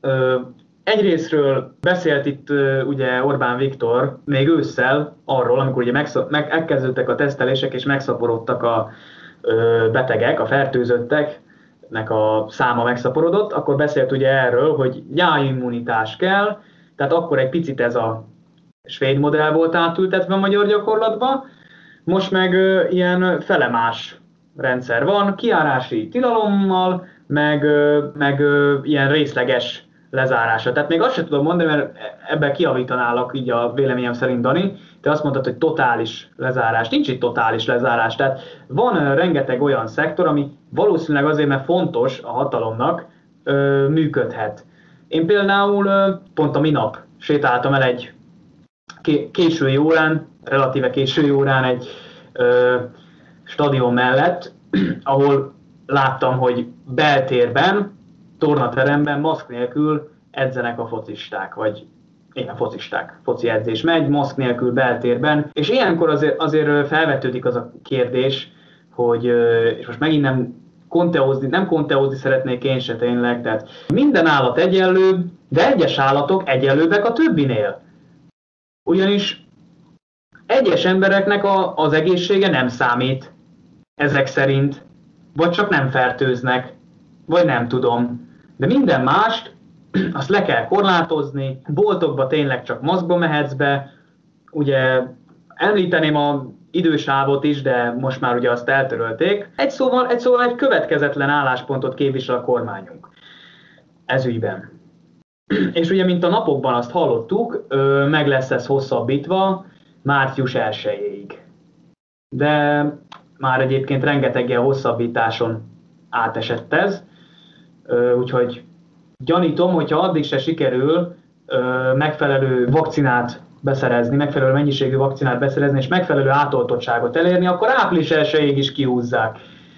Egyrészről beszélt itt ugye Orbán Viktor még ősszel arról, amikor ugye megkezdődtek a tesztelések és megszaporodtak a betegek, a fertőzötteknek a száma megszaporodott, akkor beszélt ugye erről, hogy gyáimmunitás kell, tehát akkor egy picit ez a svéd modell volt átültetve a magyar gyakorlatba, most meg ilyen felemás rendszer van, kijárási tilalommal, meg ilyen részleges lezárása. Tehát még azt sem tudom mondani, mert ebben kiavítanálak így a véleményem szerint, Dani. Te azt mondtad, hogy totális lezárás. Nincs itt totális lezárás. Tehát van rengeteg olyan szektor, ami valószínűleg azért, mert fontos a hatalomnak, működhet. Én például pont a minap sétáltam el egy késői órán, relatíve késői órán egy stadion mellett, ahol láttam, hogy beltérben, tornateremben maszk nélkül edzenek a focisták, vagy igen, focisták, foci edzés megy, maszk nélkül beltérben, és ilyenkor azért felvetődik az a kérdés, hogy, és most megint nem konteózni szeretnék én se tényleg, tehát minden állat egyenlő, de egyes állatok egyenlőbbek a többinél. Ugyanis egyes embereknek az egészsége nem számít ezek szerint, vagy csak nem fertőznek, vagy nem tudom. De minden mást, azt le kell korlátozni, boltokba tényleg csak maszkba mehetsz be, ugye említeném a idősávot is, de most már ugye azt eltörölték. Egy szóval egy következetlen álláspontot képvisel a kormányunk ez ügyben. És ugye, mint a napokban azt hallottuk, meg lesz ez hosszabbítva március 1-ig. De már egyébként rengeteg ilyen hosszabbításon átesett ez, úgyhogy gyanítom, hogyha addig se sikerül megfelelő vakcinát beszerezni, megfelelő mennyiségű vakcinát beszerezni, és megfelelő átoltottságot elérni, akkor április 1-ig is kihúzzák,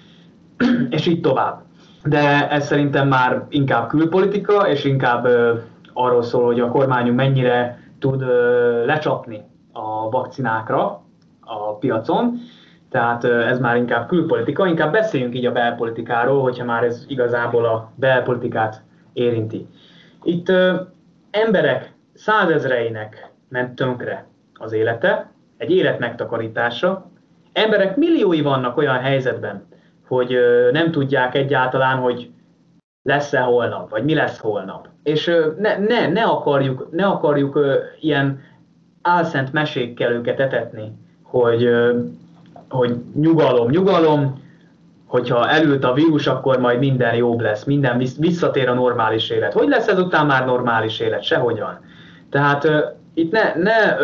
és így tovább. De ez szerintem már inkább külpolitika, és inkább arról szól, hogy a kormányunk mennyire tud lecsapni a vakcinákra a piacon. Tehát ez már inkább külpolitika, inkább beszéljünk így a belpolitikáról, hogyha már ez igazából a belpolitikát érinti. Itt emberek százezreinek ment tönkre az élete, egy élet megtakarítása. Emberek milliói vannak olyan helyzetben, hogy nem tudják egyáltalán, hogy lesz-e holnap, vagy mi lesz holnap. És ne akarjuk ilyen álszent mesékkel őket etetni, hogy nyugalom, hogyha elült a vírus, akkor majd minden jobb lesz, minden visszatér a normális élet. Hogy lesz ezután már normális élet? Sehogyan. Tehát itt ne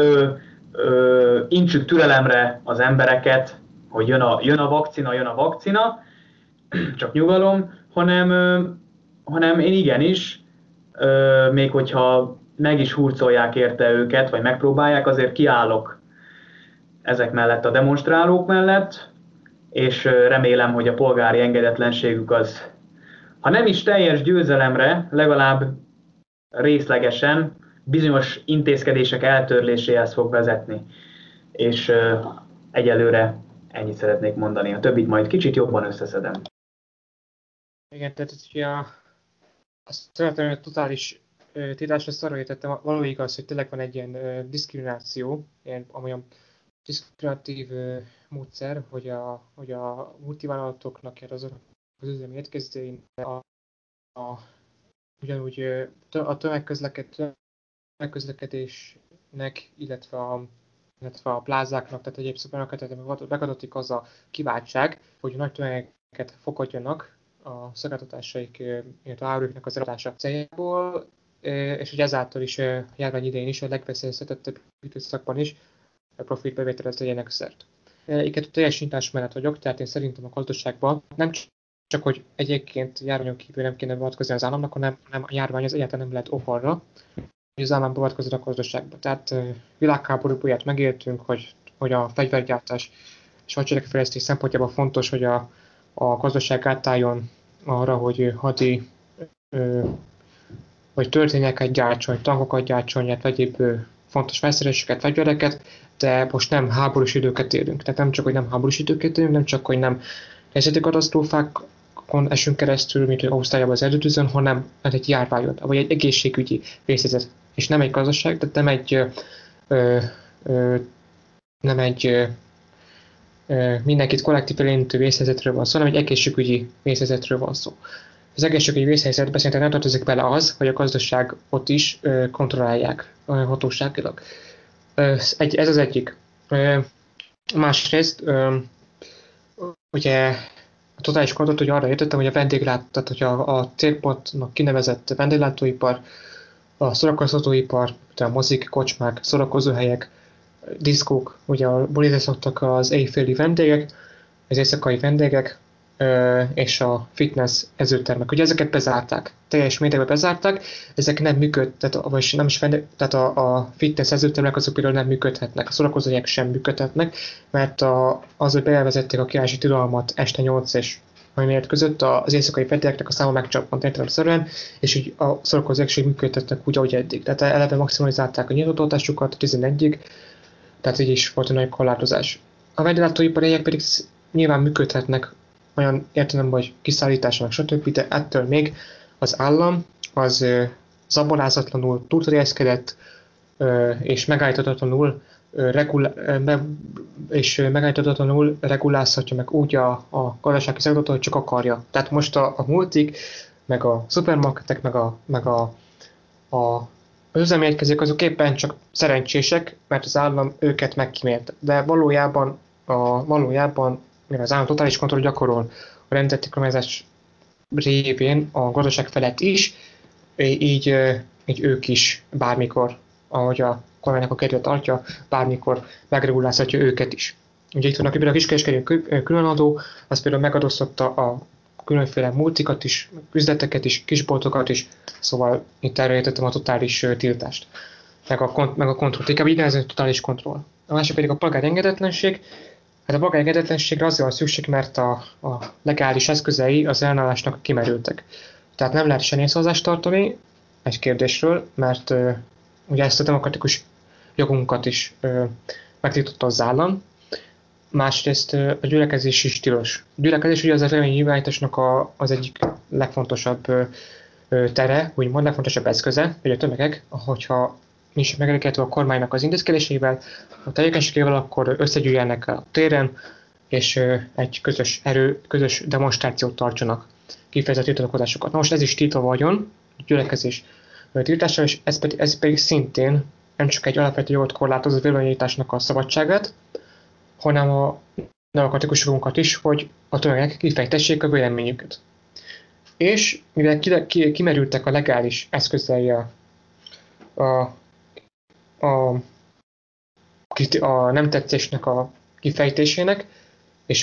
intsük türelemre az embereket, hogy jön a vakcina, csak nyugalom, hanem én igenis, még hogyha meg is hurcolják érte őket, vagy megpróbálják, azért kiállok ezek mellett a demonstrálók mellett, és remélem, hogy a polgári engedetlenségük az, ha nem is teljes győzelemre, legalább részlegesen bizonyos intézkedések eltörléséhez fog vezetni. És egyelőre ennyit szeretnék mondani. A többit majd kicsit jobban összeszedem. Igen, tehát ugye azt szeretném, hogy totális tiltásra szarra értettem, való igaz, hogy tényleg van egy ilyen diszkrimináció, olyan diszkriminatív módszer, hogy a multivállalatoknak, az üzemi érkezőin ugyanúgy a tömegközlekedésnek, illetve a plázáknak, tehát egyéb szupermarketeknek megadatik az a kiváltság, hogy nagy tömegeket fogadjanak a szolgáltatásaik, illetve áruknak az eladása céljából, és hogy ezáltal is a járvány idején is, a legveszélyeztetettebb időszakban is a profitbevételhez legyenek szert. Én teljes nyitás mellett vagyok, tehát én szerintem a gazdaságban nem csak, hogy egyébként járványon kívül nem kéne beavatkozni az államnak, hanem a járvány az egyáltalán nem lehet ok arra, hogy az állam beavatkozzon a gazdaságba. Tehát világháború ilyet megéltünk, hogy a fegyvergyártás és a hadseregfejlesztés szempontjából fontos, hogy a gazdaság átálljon arra, hogy hogy történeteket gyártson, hogy tankokat gyártson, illetve egyéb fontos felszereléseket, fegyvereket, de most nem háborús időket élünk. Tehát nem csak, hogy nem háborús időket élünk, nem csak, hogy nem helyzeti katasztrófákon esünk keresztül, mint hogy Ausztráliában az erdőtűzön, hanem egy járványon, vagy egy egészségügyi vészhelyzet. És nem egy gazdaság, de nem egy mindenkit kollektív érintő vészhelyzetről van szó, hanem egy egészségügyi vészhelyzetről van szó. Az egészségügyi vészhelyzetben szerintem nem tartozik bele az, hogy a gazdaság ott is kontrollálják hatóságilag. Ez az egyik. Másrészt, ugye a totális kontrollt, hogy arra értettem, hogy a tehát hogy a célpontnak kinevezett vendéglátóipar, a szórakoztatóipar, a mozik, kocsmák, szórakozóhelyek, diszkók, ugye a bulizra szoktak az éjféli vendégek, az éjszakai vendégek, és a fitness edzőtermek. Ugye ezeket bezárták, teljes mértékben bezárták, ezek nem működtek, vagy nem is tehát a fitness edzőtermek azok például nem működhetnek, a szórakozóhelyek sem működhetnek, mert az, hogy bevezették a királyi tilalmat este 8 és 4 között, az éjszakai vendégeknek a száma megcsappant értelemszerűen, és így a szórakozóhelyek sem működtettek úgy, ahogy eddig. Tehát eleve maximalizálták a nyitottartásukat 11-ig, tehát így is volt egy nagy korlátozás. A vendéglátóipariak pedig nyilván működhetnek olyan értelemben, hogy kiszállításnak, stb., de ettől még az állam az zabolázatlanul túlterjeszkedett és megállíthatatlanul regulázhatja meg úgy a gazdasági szektorot, hogy csak akarja. Tehát most a multik, meg a szupermarketek, meg az üzemi egykezők azok éppen csak szerencsések, mert az állam őket megkímélte. De valójában mivel az állam totális kontroll gyakorol a rendszerti kormányzás révén a gazdaság felett is, így ők is bármikor, ahogy a kormánynak a kedve tartja, bármikor megregulázhatja őket is. Ugye itt vannak például a kiskereskedő különadó, az például megadóztatta a különféle multikat is, üzleteket is, kisboltokat is, szóval itt erre értettem a totális tiltást, meg a kontrollt, inkább így nevezett totális kontroll. A másik pedig a polgári engedetlenség. Hát a polgári engedetlenségre azért van szükség, mert a legális eszközei az ellenállásnak kimerültek. Tehát nem lehet senérszavazást tartani egy kérdésről, mert ugye ezt a demokratikus jogunkat is megtiltotta az állam. Másrészt a gyülekezés is tilos. A gyülekezés ugye az véleménynyilvánításnak az egyik legfontosabb tere, úgymond legfontosabb eszköze, hogy a tömegek, hogyha nincs megelégedve a kormánynak az intézkedéseivel, a tevékenységével, akkor összegyűjjenek a téren, és egy közös demonstrációt tartsanak, kifejezett tiltakozásokat. Na most ez is tiltva vagyon, a gyülekezés tiltással, és ez pedig szintén nem csak egy alapvető jogot korlátoz a véleménynyilvánításnak a szabadságát, hanem a demokratikus jogunkat is, hogy a tömegek kifejtessék a véleményüket. És mivel kimerültek a legális eszközei a nem tetszésnek a kifejtésének, és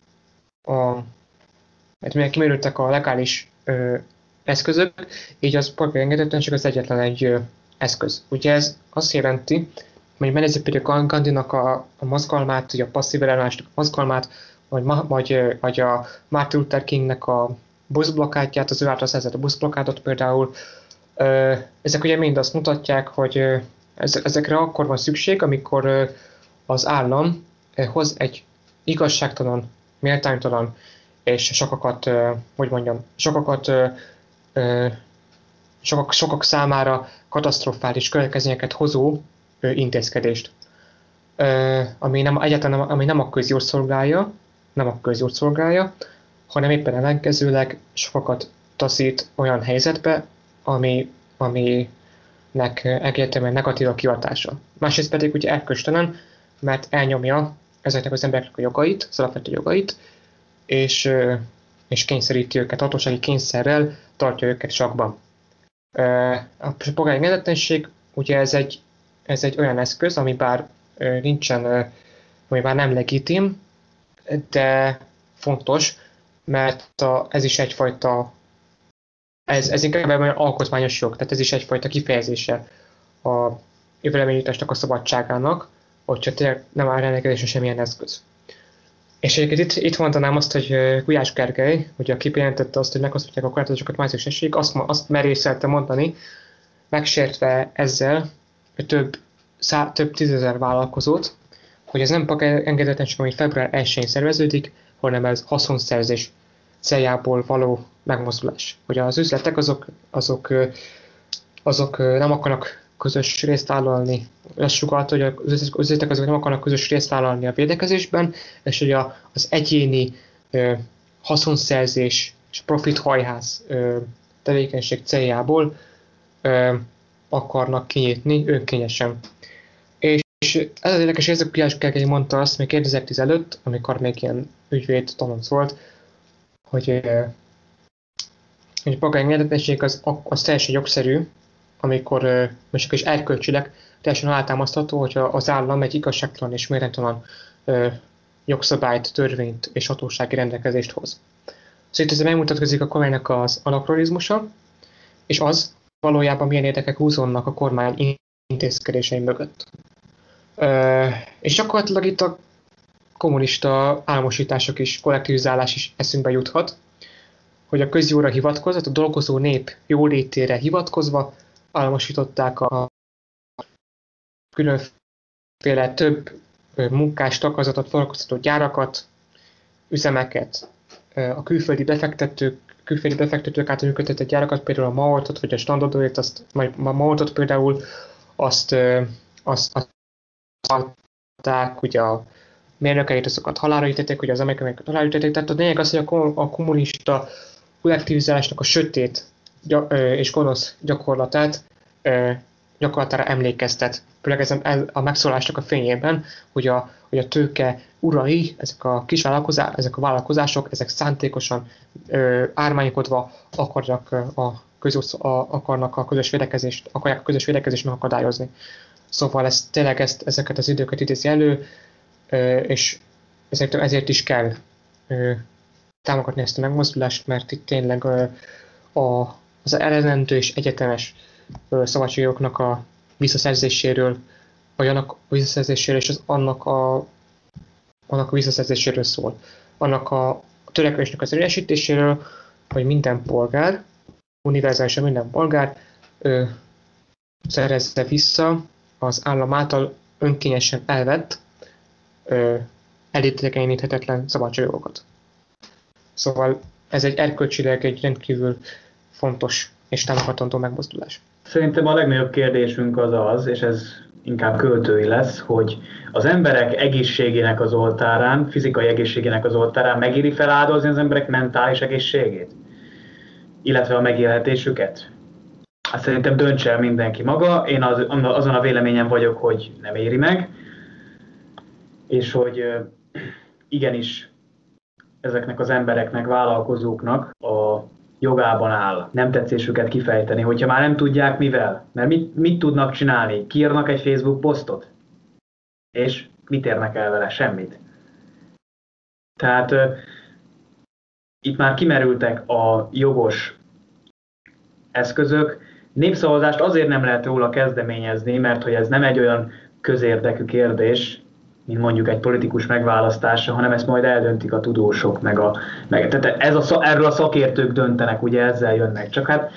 mivel kimerültek a legális eszközök, így az polgári engedetlenség az egyetlen egy eszköz. Ugye ez azt jelenti, hogy megnézzük például Gandhinak a mozgalmát, ugye a passzív ellenállásnak a mozgalmát, vagy a Martin Luther Kingnek a buszblokkádját, az ő által szerzett a buszblokkádot például. Ezek ugye mind azt mutatják, hogy ezekre akkor van szükség, amikor az állam hoz egy igazságtalan, méltánytalan és sokak számára katasztrofális következményeket hozó intézkedést, ami nem a közjót szolgálja, hanem éppen ellenkezőleg sokakat taszít olyan helyzetbe, aminek egyértelműen negatív a kihatása. Másrészt pedig ugye erkölcstelen, mert elnyomja ezeknek az embereknek a jogait, az alapvető jogait, és kényszeríti őket, hatósági kényszerrel tartja őket sakban. A polgári engedetlenség, ugye ez egy olyan eszköz, ami bár nem legitim, de fontos, mert ez is egyfajta, ez inkább egy alkotmányos jog, tehát ez is egyfajta kifejezése a véleménynyújtásnak a szabadságának, hogyha tényleg nem áll rendelkezésre semmilyen eszköz. És egyébként itt mondanám azt, hogy Gulyás Gergely, ugye aki bejelentette azt, hogy meghosszabbítják a korlátozásokat március 1-ig, azt merészelte mondani, megsértve ezzel több tízezer vállalkozót, hogy ez nem engedetlenség, ami február 1-én szerveződik, hanem ez haszonszerzés céljából való megmozdulás. Ugye az üzletek azok nem akarnak közös részt vállalni. Ezt sugalt, hogy az üzletek azok nem akarnak közös részt vállalni a védekezésben, és hogy az egyéni haszonszerzés és profithajház tevékenység céljából akarnak kinyitni önkényesen. És ez az érdekes, hogy Gulyás Gergely mondta azt még 2015, amikor még ilyen ügyvéd tanulsz volt, hogy a polgári engedetlenség az teljesen jogszerű, amikor most is erkölcsileg teljesen alátámasztható, hogy az állam egy igazságtalan és méltánytalan jogszabályt, törvényt és hatósági rendelkezést hoz. Szóval itt ezzel megmutatkozik a kormánynak az anakronizmusa, és az valójában milyen érdekek húzódnak a kormány intézkedései mögött. És gyakorlatilag itt a kommunista álmosítások is, kollektivizálás is eszünkbe juthat, hogy a közjóra hivatkozva, a dolgozó nép jólétére hivatkozva álmosították a különféle több munkás taghazatot foglalkoztató gyárakat, üzemeket, a külföldi befektetők által működtetett gyárakat, például a Maortot vagy a Standard Oil-t, a Maortot például azt halták, ugye a mérnökeit azokat halálra ítélték, ugye az amerikaiakat halálra ítélték, tehát a lényeg az, hogy a kommunista kollektivizálásnak a sötét és gonosz gyakorlatára emlékeztet. Főleg a megszólásnak a fényében, hogy a tőke urai, ezek a vállalkozások, ezek szántékosan ármánykodva akarják a közös védekezést megakadályozni. Szóval tényleg ezeket az időket idézi elő, és ezért is kell támogatni ezt a megmozdulást, mert itt tényleg az eredendő és egyetemes szabadságjogoknak a visszaszerzéséről, vagy annak a visszaszerzéséről és annak a visszaszerzéséről szól. Annak a törekvésnek az érvényesítéséről, hogy minden polgár, univerzálisan minden polgár szerezze vissza az állam által önkényesen elvett, elidegenithetetlen szabadságjogokat. Szóval ez erkölcsileg egy rendkívül fontos és támogatandó megmozdulás. Szerintem a legnagyobb kérdésünk az, és ez inkább költői lesz, hogy az emberek egészségének az oltárán, fizikai egészségének az oltárán megéri feláldozni az emberek mentális egészségét, illetve a megélhetésüket. Hát szerintem döntse el mindenki maga. Én azon a véleményen vagyok, hogy nem éri meg, és hogy igenis ezeknek az embereknek, vállalkozóknak a jogában áll nem tetszésüket kifejteni, hogyha már nem tudják mivel. Mert mit tudnak csinálni? Kiírnak egy Facebook posztot? És mit érnek el vele? Semmit. Tehát itt már kimerültek a jogos eszközök, népszavazást azért nem lehet róla kezdeményezni, mert hogy ez nem egy olyan közérdekű kérdés, mint mondjuk egy politikus megválasztása, hanem ezt majd eldöntik a tudósok, tehát erről a szakértők döntenek, ugye ezzel jönnek. Csak hát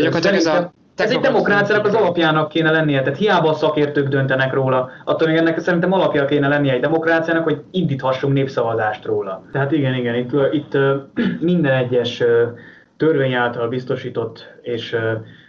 ez egy demokráciának az alapjának kéne lennie, tehát hiába a szakértők döntenek róla, attól még ennek szerintem alapja kéne lennie egy demokráciának, hogy indíthassunk népszavazást róla. Tehát igen, itt minden egyes törvény által biztosított és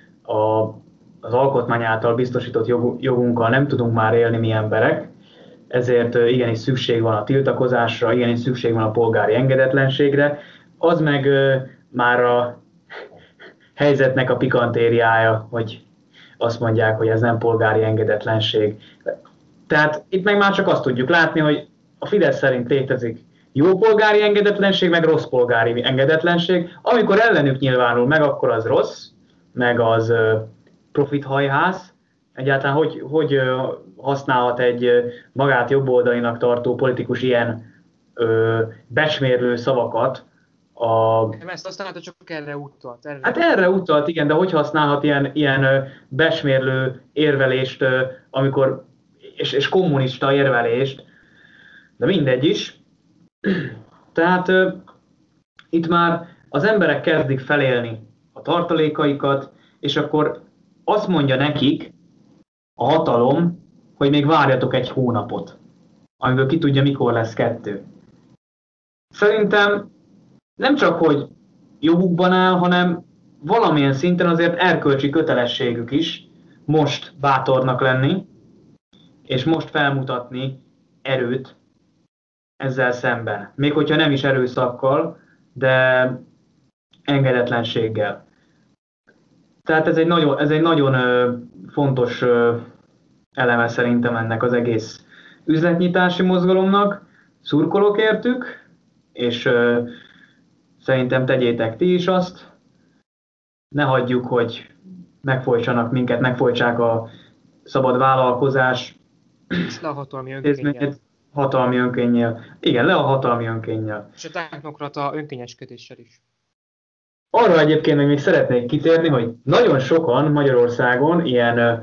az alkotmány által biztosított jogunkkal nem tudunk már élni mi emberek, ezért igenis szükség van a tiltakozásra, igenis szükség van a polgári engedetlenségre, az meg már a helyzetnek a pikantériája, hogy azt mondják, hogy ez nem polgári engedetlenség. Tehát itt meg már csak azt tudjuk látni, hogy a Fidesz szerint létezik jó polgári engedetlenség, meg rossz polgári engedetlenség. Amikor ellenük nyilvánul meg, akkor az rossz, meg az profithajház. Egyáltalán hogy használhat egy magát jobboldalinak tartó politikus ilyen becsmérlő szavakat? Nem ezt használta, csak erre utalt. Hát erre utalt, igen, de hogy használhat ilyen becsmérlő érvelést, és kommunista érvelést, de mindegy is. Tehát itt már az emberek kezdik felélni a tartalékaikat, és akkor azt mondja nekik a hatalom, hogy még várjatok egy hónapot, amiből ki tudja, mikor lesz 2. Szerintem nem csak, hogy jogukban áll, hanem valamilyen szinten azért erkölcsi kötelességük is most bátornak lenni, és most felmutatni erőt ezzel szemben. Még hogyha nem is erőszakkal, de engedetlenséggel. Tehát ez egy nagyon fontos eleme szerintem ennek az egész üzletnyitási mozgalomnak. Szurkolok értük, és szerintem tegyétek ti is azt. Ne hagyjuk, hogy megfojtsanak minket, megfojtsák a szabad vállalkozás. Le a hatalmi önkénnyel. Hatalmi önkénnyel. Igen, le a hatalmi önkénnyel. És a technokrata önkényeskedéssel is. Arra egyébként még szeretnék kitérni, hogy nagyon sokan Magyarországon ilyen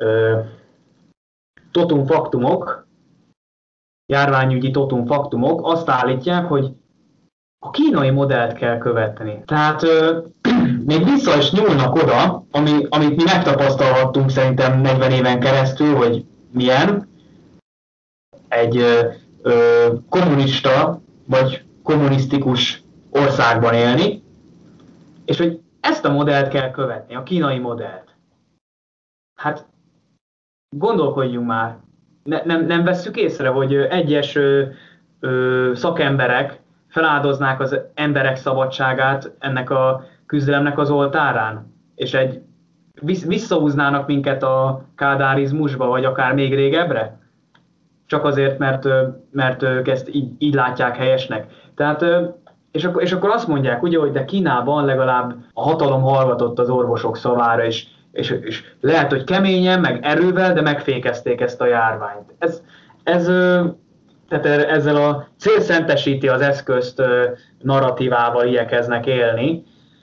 totum-faktumok, járványügyi totum-faktumok azt állítják, hogy a kínai modellt kell követni. Tehát még vissza is nyúlnak oda, amit mi megtapasztalhattunk szerintem 40 éven keresztül, hogy milyen egy kommunista vagy kommunisztikus országban élni, és hogy ezt a modellt kell követni, a kínai modellt. Hát gondolkodjunk már, nem vesszük észre, hogy egyes szakemberek feláldoznák az emberek szabadságát ennek a küzdelemnek az oltárán, és visszahúznának minket a kádárizmusba, vagy akár még régebbre? Csak azért, mert ők ezt így látják helyesnek. Tehát, és akkor azt mondják, ugye, hogy de Kínában legalább a hatalom hallgatott az orvosok szavára, és lehet, hogy keményen, meg erővel, de megfékezték ezt a járványt. Tehát ezzel a cél szentesíti az eszközt narratívával igyekeznek élni.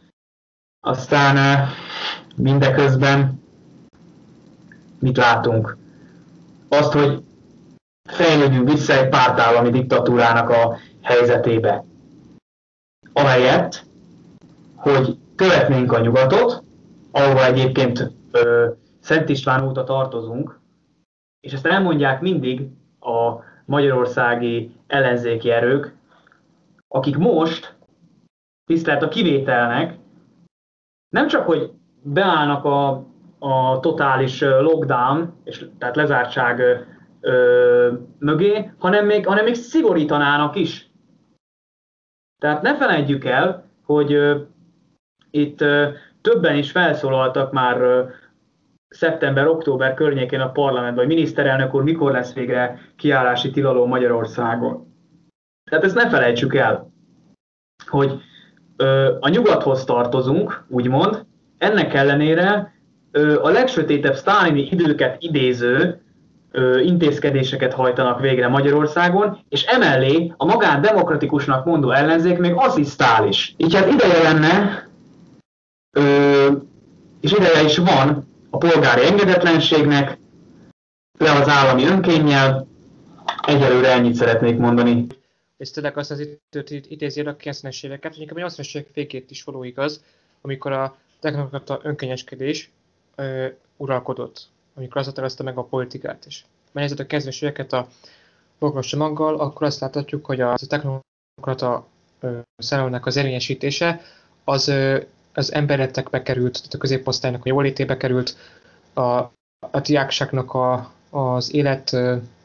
Aztán mindeközben mit látunk? Azt, hogy fejlődjünk vissza egy pártállami diktatúrának a helyzetébe. Ahelyett, hogy követnénk a nyugatot, ahova egyébként Szent István óta tartozunk, és ezt elmondják mindig a magyarországi ellenzéki erők, akik most, tisztelt a kivételnek, nem csak, hogy beállnak a totális lockdown, és tehát lezártság mögé, hanem még szigorítanának is. Tehát ne felejtjük el, hogy itt többen is felszólaltak már szeptember-október környékén a parlamentben, hogy miniszterelnök úr, mikor lesz végre kiállási tilalom Magyarországon. Tehát ezt ne felejtsük el, hogy a nyugathoz tartozunk, úgymond, ennek ellenére a legsötétebb sztálini időket idéző intézkedéseket hajtanak végre Magyarországon, és emellé a magát demokratikusnak mondó ellenzék még asszisztál is. Így hát ideje lenne, és ideje is van, a polgári engedetlenségnek, le az állami önkénnyel. Egyelőre ennyit szeretnék mondani. Ez tényleg azt az időt idézi a 90-es éveket, vagy inkább a 80-es évek végét is való igaz, amikor a technokrata önkényeskedés uralkodott, amikor az határozta meg a politikát is. Megnézed a 90-es éveket a foglalkozás csomaggal, akkor azt láthatjuk, hogy a technokrata szerelemnek az érvényesítése az emberekbe került, tehát a középosztálynak a jólétébe került, a diákságnak az élet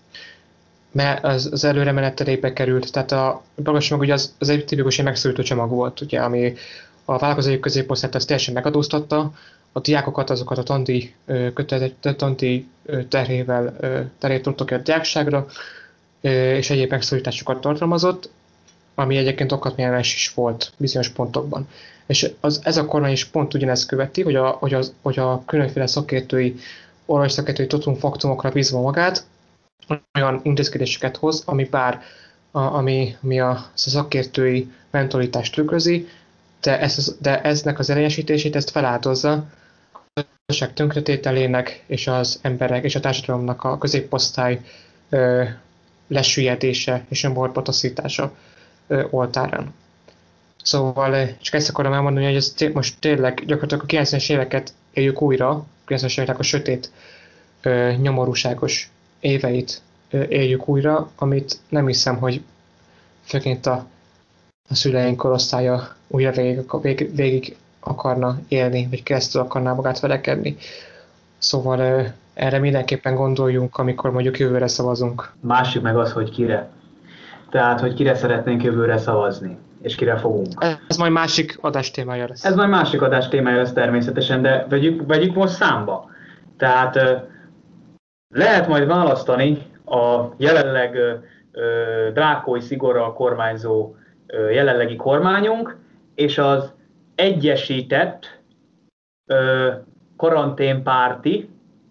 az előre menetelébe került, tehát a progresszív csomag ugye az egy tipikus megszorító csomag volt, ugye, ami a vállalkozói középosztályt azt teljesen megadóztatta, a diákokat, azokat a tandi terhét tudtak a diákságra, és egyéb megszorításokat tartalmazott, ami egyébként oktatmányellenes is volt bizonyos pontokban. És ez a kormány is pont ugyanezt követi, hogy a különféle szakértői, orvosi szakértői faktumokra bízva magát, olyan intézkedéseket hoz, ami a szakértői mentalitást tükrözi, de eznek az elényesítését ezt feláldozza a gazdaság tönkretételének és az emberek és a társadalomnak a középosztály lesüllyedése és önborbataszítása oltárán. Szóval csak ezt akarom elmondani, hogy ez most tényleg gyakorlatilag a 90-es éveket éljük újra, a 90-es évek a sötét, nyomorúságos éveit éljük újra, amit nem hiszem, hogy főként a szüleink korosztálya újra végig akarna élni, vagy keresztül akarná magát velekedni. Szóval erre mindenképpen gondoljunk, amikor mondjuk jövőre szavazunk. Másik meg az, hogy kire. Tehát, hogy kire szeretnénk jövőre szavazni, és kire fogunk. Ez majd másik adás témája lesz. Ez majd másik adás témája lesz természetesen, de vegyük most számba. Tehát lehet majd választani a jelenleg drákói szigorral kormányzó jelenlegi kormányunk, és az egyesített karanténpárti,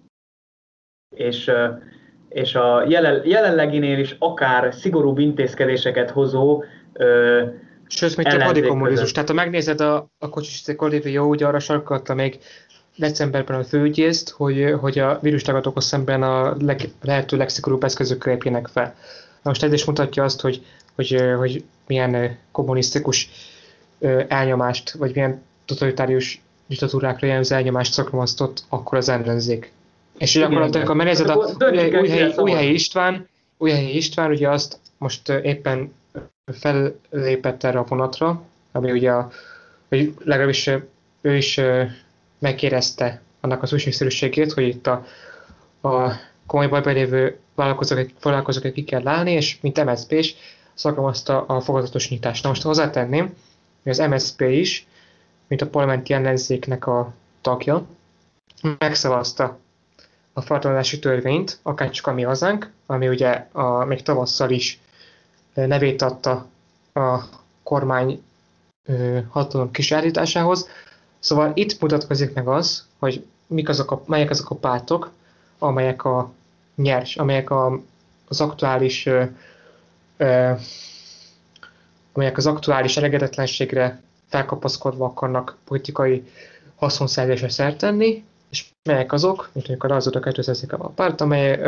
és a jelenleginél is akár szigorúbb intézkedéseket hozó sőt, még csak radikommunizmus. Tehát ha megnézed a Kocsis Kordió, ugye arra sarkalta még decemberben a főügyészt, hogy a vírustagadókhoz szemben a lehető legszigorúbb eszközökkel lépjenek fel. Most ez is mutatja azt, hogy milyen kommunisztikus elnyomást, vagy milyen totalitárius diktatúrákra jellemző elnyomást szakmaztott akkor az ellenzék. És gyakorlatilag, ha megnézed a Újhelyi István, ugye azt most éppen fellépett erre a vonatra, ami ugye, hogy legalábbis ő is megkérdezte annak az újságszerűségét, hogy itt a komoly bajban lévő vállalkozókat ki kell állni, és mint MSZP is szalkalmazta a fokozatos nyitást. Na most hozzátenném, hogy az MSZP is, mint a parlamenti ellenzéknek a tagja, megszavazta a feltartási törvényt, akárcsak a mi hazánk, ami ugye még tavasszal is nevét adta a kormány hatalom kisállításához. Szóval itt mutatkozik meg az, hogy melyek azok a pártok, amelyek az aktuális elégedetlenségre felkapaszkodva akarnak politikai haszonszerzésre szert tenni, és melyek azok, mint mondjuk az a 200 a párt, amely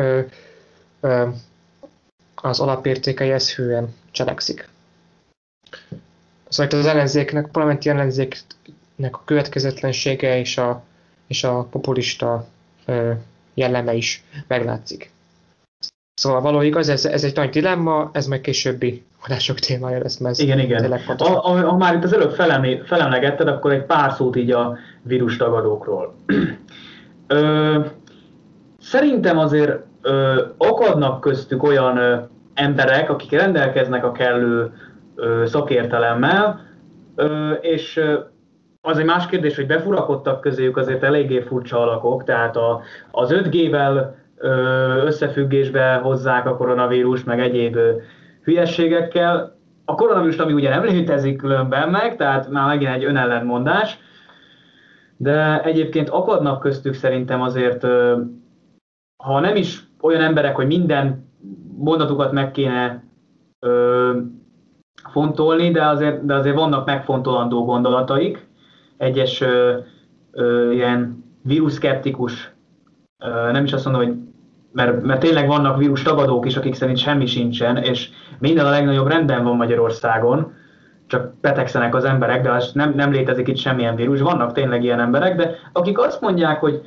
az alapértékeihez hűen cselekszik. Szóval itt az ellenzéknek, a parlamenti ellenzéknek a következetlensége és a populista jelleme is meglátszik. Szóval való igaz, ez egy nagy dilemma, ez majd későbbi adások témája lesz, mert ez igen. Ha már itt az előbb felemlegetted, akkor egy pár szót így a vírustagadókról. Szerintem azért akadnak köztük olyan emberek, akik rendelkeznek a kellő szakértelemmel, és az egy más kérdés, hogy befurakodtak közéjük azért eléggé furcsa alakok, tehát az 5G-vel összefüggésbe hozzák a koronavírus, meg egyéb hülyességekkel. A koronavírus, ami ugye nem létezik különben meg, tehát már megint egy önellentmondás, de egyébként akadnak köztük szerintem azért, ha nem is olyan emberek, hogy minden mondatukat meg kéne fontolni, de azért vannak megfontolandó gondolataik egyes ilyen vírusszkeptikus, nem is azt mondom, hogy mert tényleg vannak vírus tagadók is, akik szerint semmi sincsen, és minden a legnagyobb rendben van Magyarországon, csak betegszenek az emberek, de nem létezik itt semmilyen vírus, vannak tényleg ilyen emberek, de akik azt mondják, hogy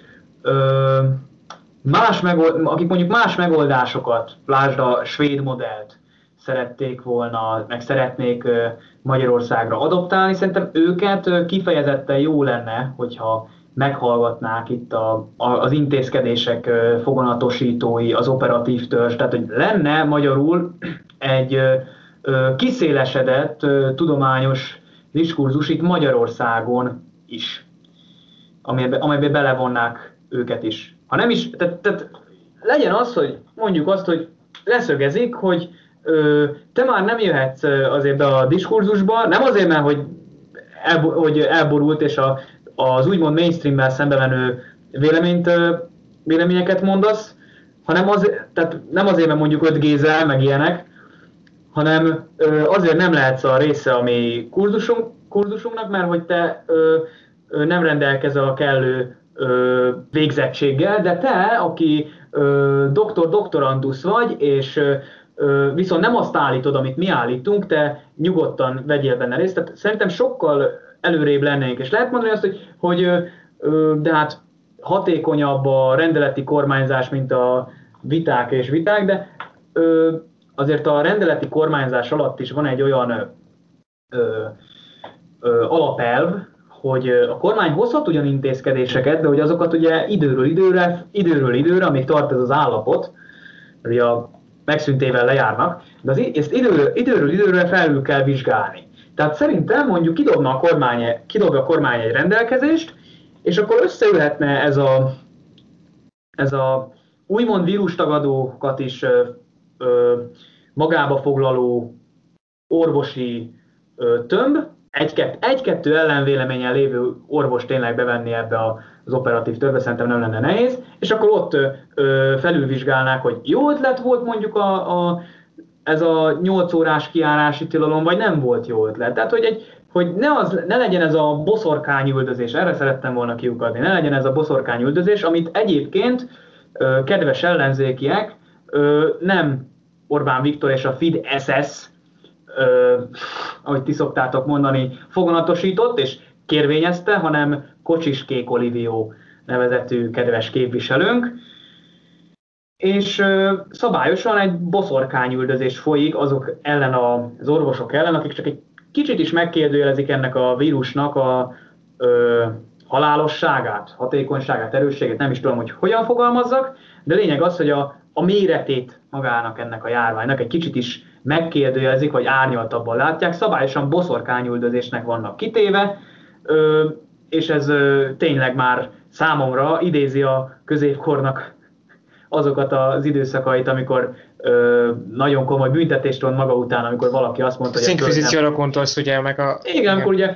akik mondjuk más megoldásokat, lásd a svéd modellt szerették volna, meg szeretnék Magyarországra adoptálni, szerintem őket kifejezetten jó lenne, hogyha meghallgatnák itt az intézkedések foganatosítói, az operatív törzs, tehát hogy lenne magyarul egy kiszélesedett tudományos diskurzus itt Magyarországon is, amelybe belevonnák őket is. Ha nem is, tehát legyen az, hogy mondjuk azt, hogy leszögezik, hogy te már nem jöhetsz azért be a diskurzusba, nem azért, mert hogy elborult és az úgymond mainstream-mel szembe menő véleményeket mondasz, hanem tehát nem azért, mert mondjuk 5G-zel, meg ilyenek, hanem azért nem lehetsz a része a mi kurzusunknak, mert hogy te nem rendelkezel a kellő végzettséggel, de te, aki doktor-doktorandusz vagy, és viszont nem azt állítod, amit mi állítunk, te nyugodtan vegyél benne részt. Tehát szerintem sokkal előrébb lennénk, és lehet mondani azt, hogy de hát hatékonyabb a rendeleti kormányzás, mint a viták és viták, de azért a rendeleti kormányzás alatt is van egy olyan alapelv, hogy a kormány hozhat ugyan intézkedéseket, de hogy azokat ugye időről időre, amíg tart ez az állapot, ugye a megszüntével lejárnak, de ezt időről időre felül kell vizsgálni. Tehát szerintem mondjuk kidobja a kormány egy rendelkezést, és akkor összeülhetne ez a úgymond vírustagadókat is magába foglaló orvosi tömb, egy-kettő ellenvéleményen lévő orvos tényleg bevenni ebbe az operatív törvbe, szerintem nem lenne nehéz, és akkor ott felülvizsgálnák, hogy jó ötlet volt mondjuk ez a 8 órás kijárási tilalom, vagy nem volt jó ötlet. Tehát, hogy ne legyen ez a boszorkányüldözés, erre szerettem volna kiukadni, ne legyen ez a boszorkányüldözés, amit egyébként kedves ellenzékiek nem Orbán Viktor és a Fidesz, ahogy ti szoktátok mondani, foganatosított és kérvényezte, hanem Kocsis Kék Olivió nevezetű kedves képviselőnk. És szabályosan egy boszorkányüldözés folyik azok ellen, az orvosok ellen, akik csak egy kicsit is megkérdőjelezik ennek a vírusnak a halálosságát, hatékonyságát, erősségét, nem is tudom, hogy hogyan fogalmazzak, de lényeg az, hogy a méretét magának ennek a járványnak egy kicsit is megkérdőjelezik, vagy árnyaltabban látják, szabályosan boszorkányüldözésnek vannak kitéve, és ez tényleg már számomra idézi a középkornak azokat az időszakait, amikor nagyon komoly büntetést von maga után, amikor valaki azt mondta, hogy a inkvizícióra gondolsz, ugye, meg a... Igen, amikor ugye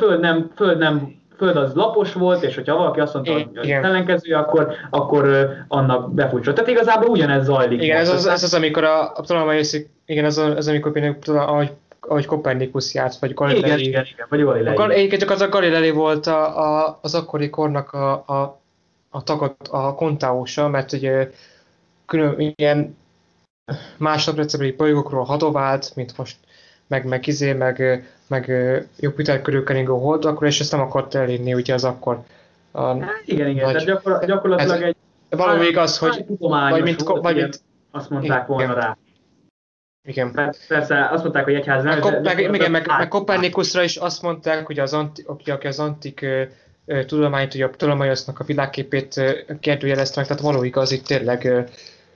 föld az lapos volt, és hogyha valaki azt mondta, hogy ellenkező, akkor annak befújtsott. Tehát igazából ugyanez zajlik. Igen, ez az, amikor a tudományos, igen, ez amikor például, ahogy Kopernikusz járt, vagy Galilei. Igen, vagy Galilei. Egyébként csak az a Galilei volt az akkori kornak a kontáósa, mert ugye külön ilyen más naprendszerbeli bolygókról hadovált, mint most meg Jupiter körül keringő hold, akkor és ezt nem akart elérni, ugye az akkor. Igen, tehát gyakorlatilag egy... Valami igaz, hogy... Azt mondták volna rá. Igen. Persze azt mondták, hogy egyház nem... Meg Kopernikuszra is azt mondták, hogy aki az antik tudományt, ugye tudományoznak a világképét kérdőjelezte meg, tehát való igaz, itt tényleg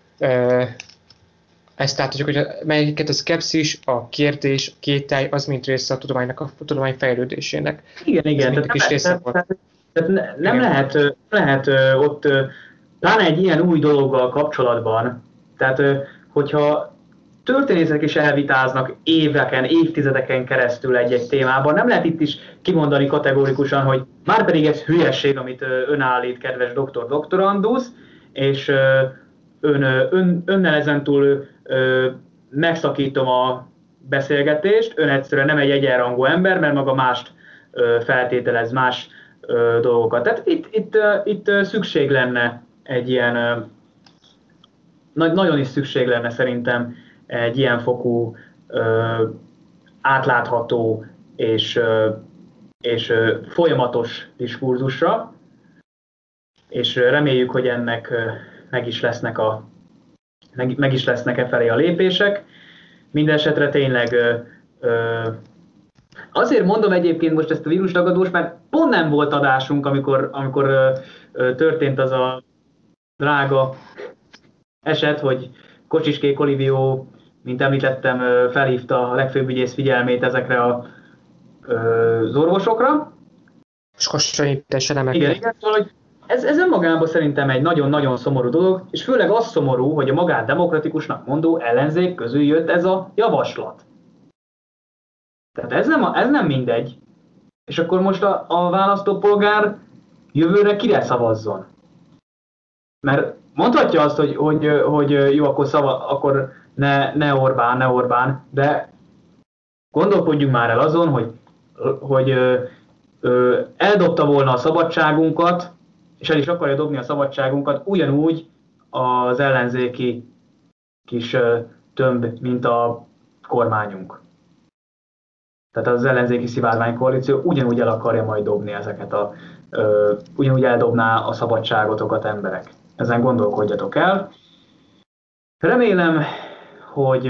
ezt láthatjuk, hogy melyiket a szkepszis, a kérdés, a kételj, az mind része a tudománynak, a tudomány fejlődésének. Igen. Tehát nem lehet ott, pláne egy ilyen új dologgal kapcsolatban, tehát hogyha történészek is elvitáznak éveken, évtizedeken keresztül egy-egy témában, nem lehet itt is kimondani kategórikusan, hogy már pedig ez hülyesség, amit ön állít, kedves doktor-doktorandusz, és önnel ezentúl megszakítom a beszélgetést, ön egyszerűen nem egy egyenrangú ember, mert maga mást feltételez, más dolgokat. Tehát itt szükség lenne egy ilyen, nagyon is szükség lenne szerintem egy ilyen fokú átlátható és folyamatos diskurzusra, és reméljük, hogy ennek meg is lesznek e felé a lépések. Mindenesetre tényleg azért mondom egyébként most ezt a vírustagadós, mert pont nem volt adásunk, amikor történt az a drága eset, hogy Kocsiskék Olivió, mint említettem, felhívta a legfőbb ügyész figyelmét ezekre az orvosokra. És hasonlítás elemekre. Igen, szóval, ez önmagában szerintem egy nagyon-nagyon szomorú dolog, és főleg az szomorú, hogy a magát demokratikusnak mondó ellenzék közül jött ez a javaslat. Tehát ez nem mindegy. És akkor most a választópolgár jövőre kire szavazzon? Mert mondhatja azt, hogy jó, akkor ne Orbán, de gondolkodjunk már el azon, hogy eldobta volna a szabadságunkat, és el is akarja dobni a szabadságunkat ugyanúgy az ellenzéki kis tömb, mint a kormányunk. Tehát az ellenzéki szivárványkoalíció ugyanúgy el akarja majd dobni ezeket ugyanúgy eldobná a szabadságotokat emberek. Ezen gondolkodjatok el. Remélem, hogy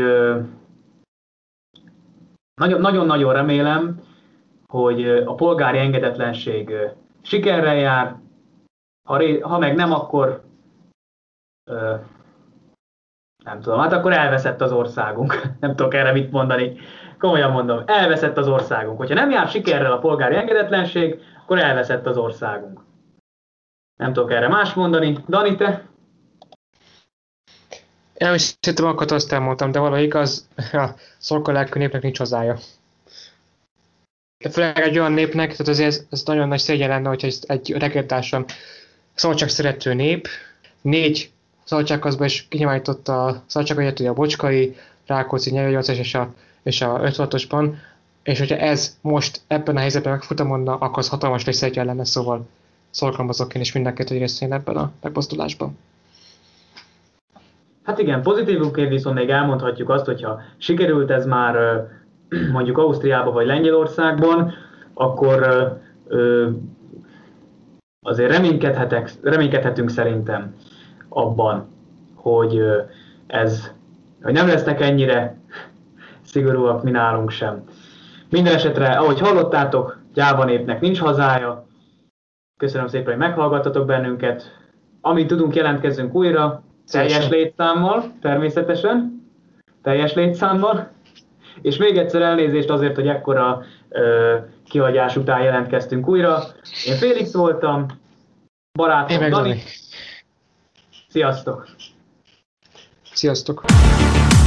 nagyon-nagyon remélem, hogy a polgári engedetlenség sikerrel jár, ha meg nem, akkor nem tudom, hát akkor elveszett az országunk. Nem tudok erre mit mondani. Komolyan mondom, elveszett az országunk. Hogyha nem jár sikerrel a polgári engedetlenség, akkor elveszett az országunk. Nem tudok erre más mondani. Dani, te? Én is szerintem akkor azt elmondtam, de valami igaz, a szorkolelkű népnek nincs hozzája. De főleg egy olyan népnek, tehát azért ez nagyon nagy szégyen lenne, hogyha egy reggeltársam szabadság szerető nép, 4 szabadságházba is kinyilvánította a szabadságot, a Bocskai, Rákóczi, Nyelvegyvarcás és a 56-osban, és hogyha ez most ebben a helyzetben megfutamodna, akkor az hatalmas nagy szégyen lenne, szóval szorgalmazok én is mindenkit, hogy részt ebben a megmozdulásban. Hát igen, pozitívunként viszont még elmondhatjuk azt, hogyha sikerült ez már mondjuk Ausztriában vagy Lengyelországban, akkor azért reménykedhetünk szerintem abban, hogy nem lesznek ennyire szigorúak mi nálunk sem. Minden esetre, ahogy hallottátok, gyáva népnek nincs hazája. Köszönöm szépen, hogy meghallgattatok bennünket. Amint tudunk, jelentkezzünk újra, teljes létszámmal, természetesen. Teljes létszámmal. És még egyszer elnézést azért, hogy ekkora kihagyás után jelentkeztünk újra. Én Félix voltam, barátom Dani. Sziasztok! Sziasztok!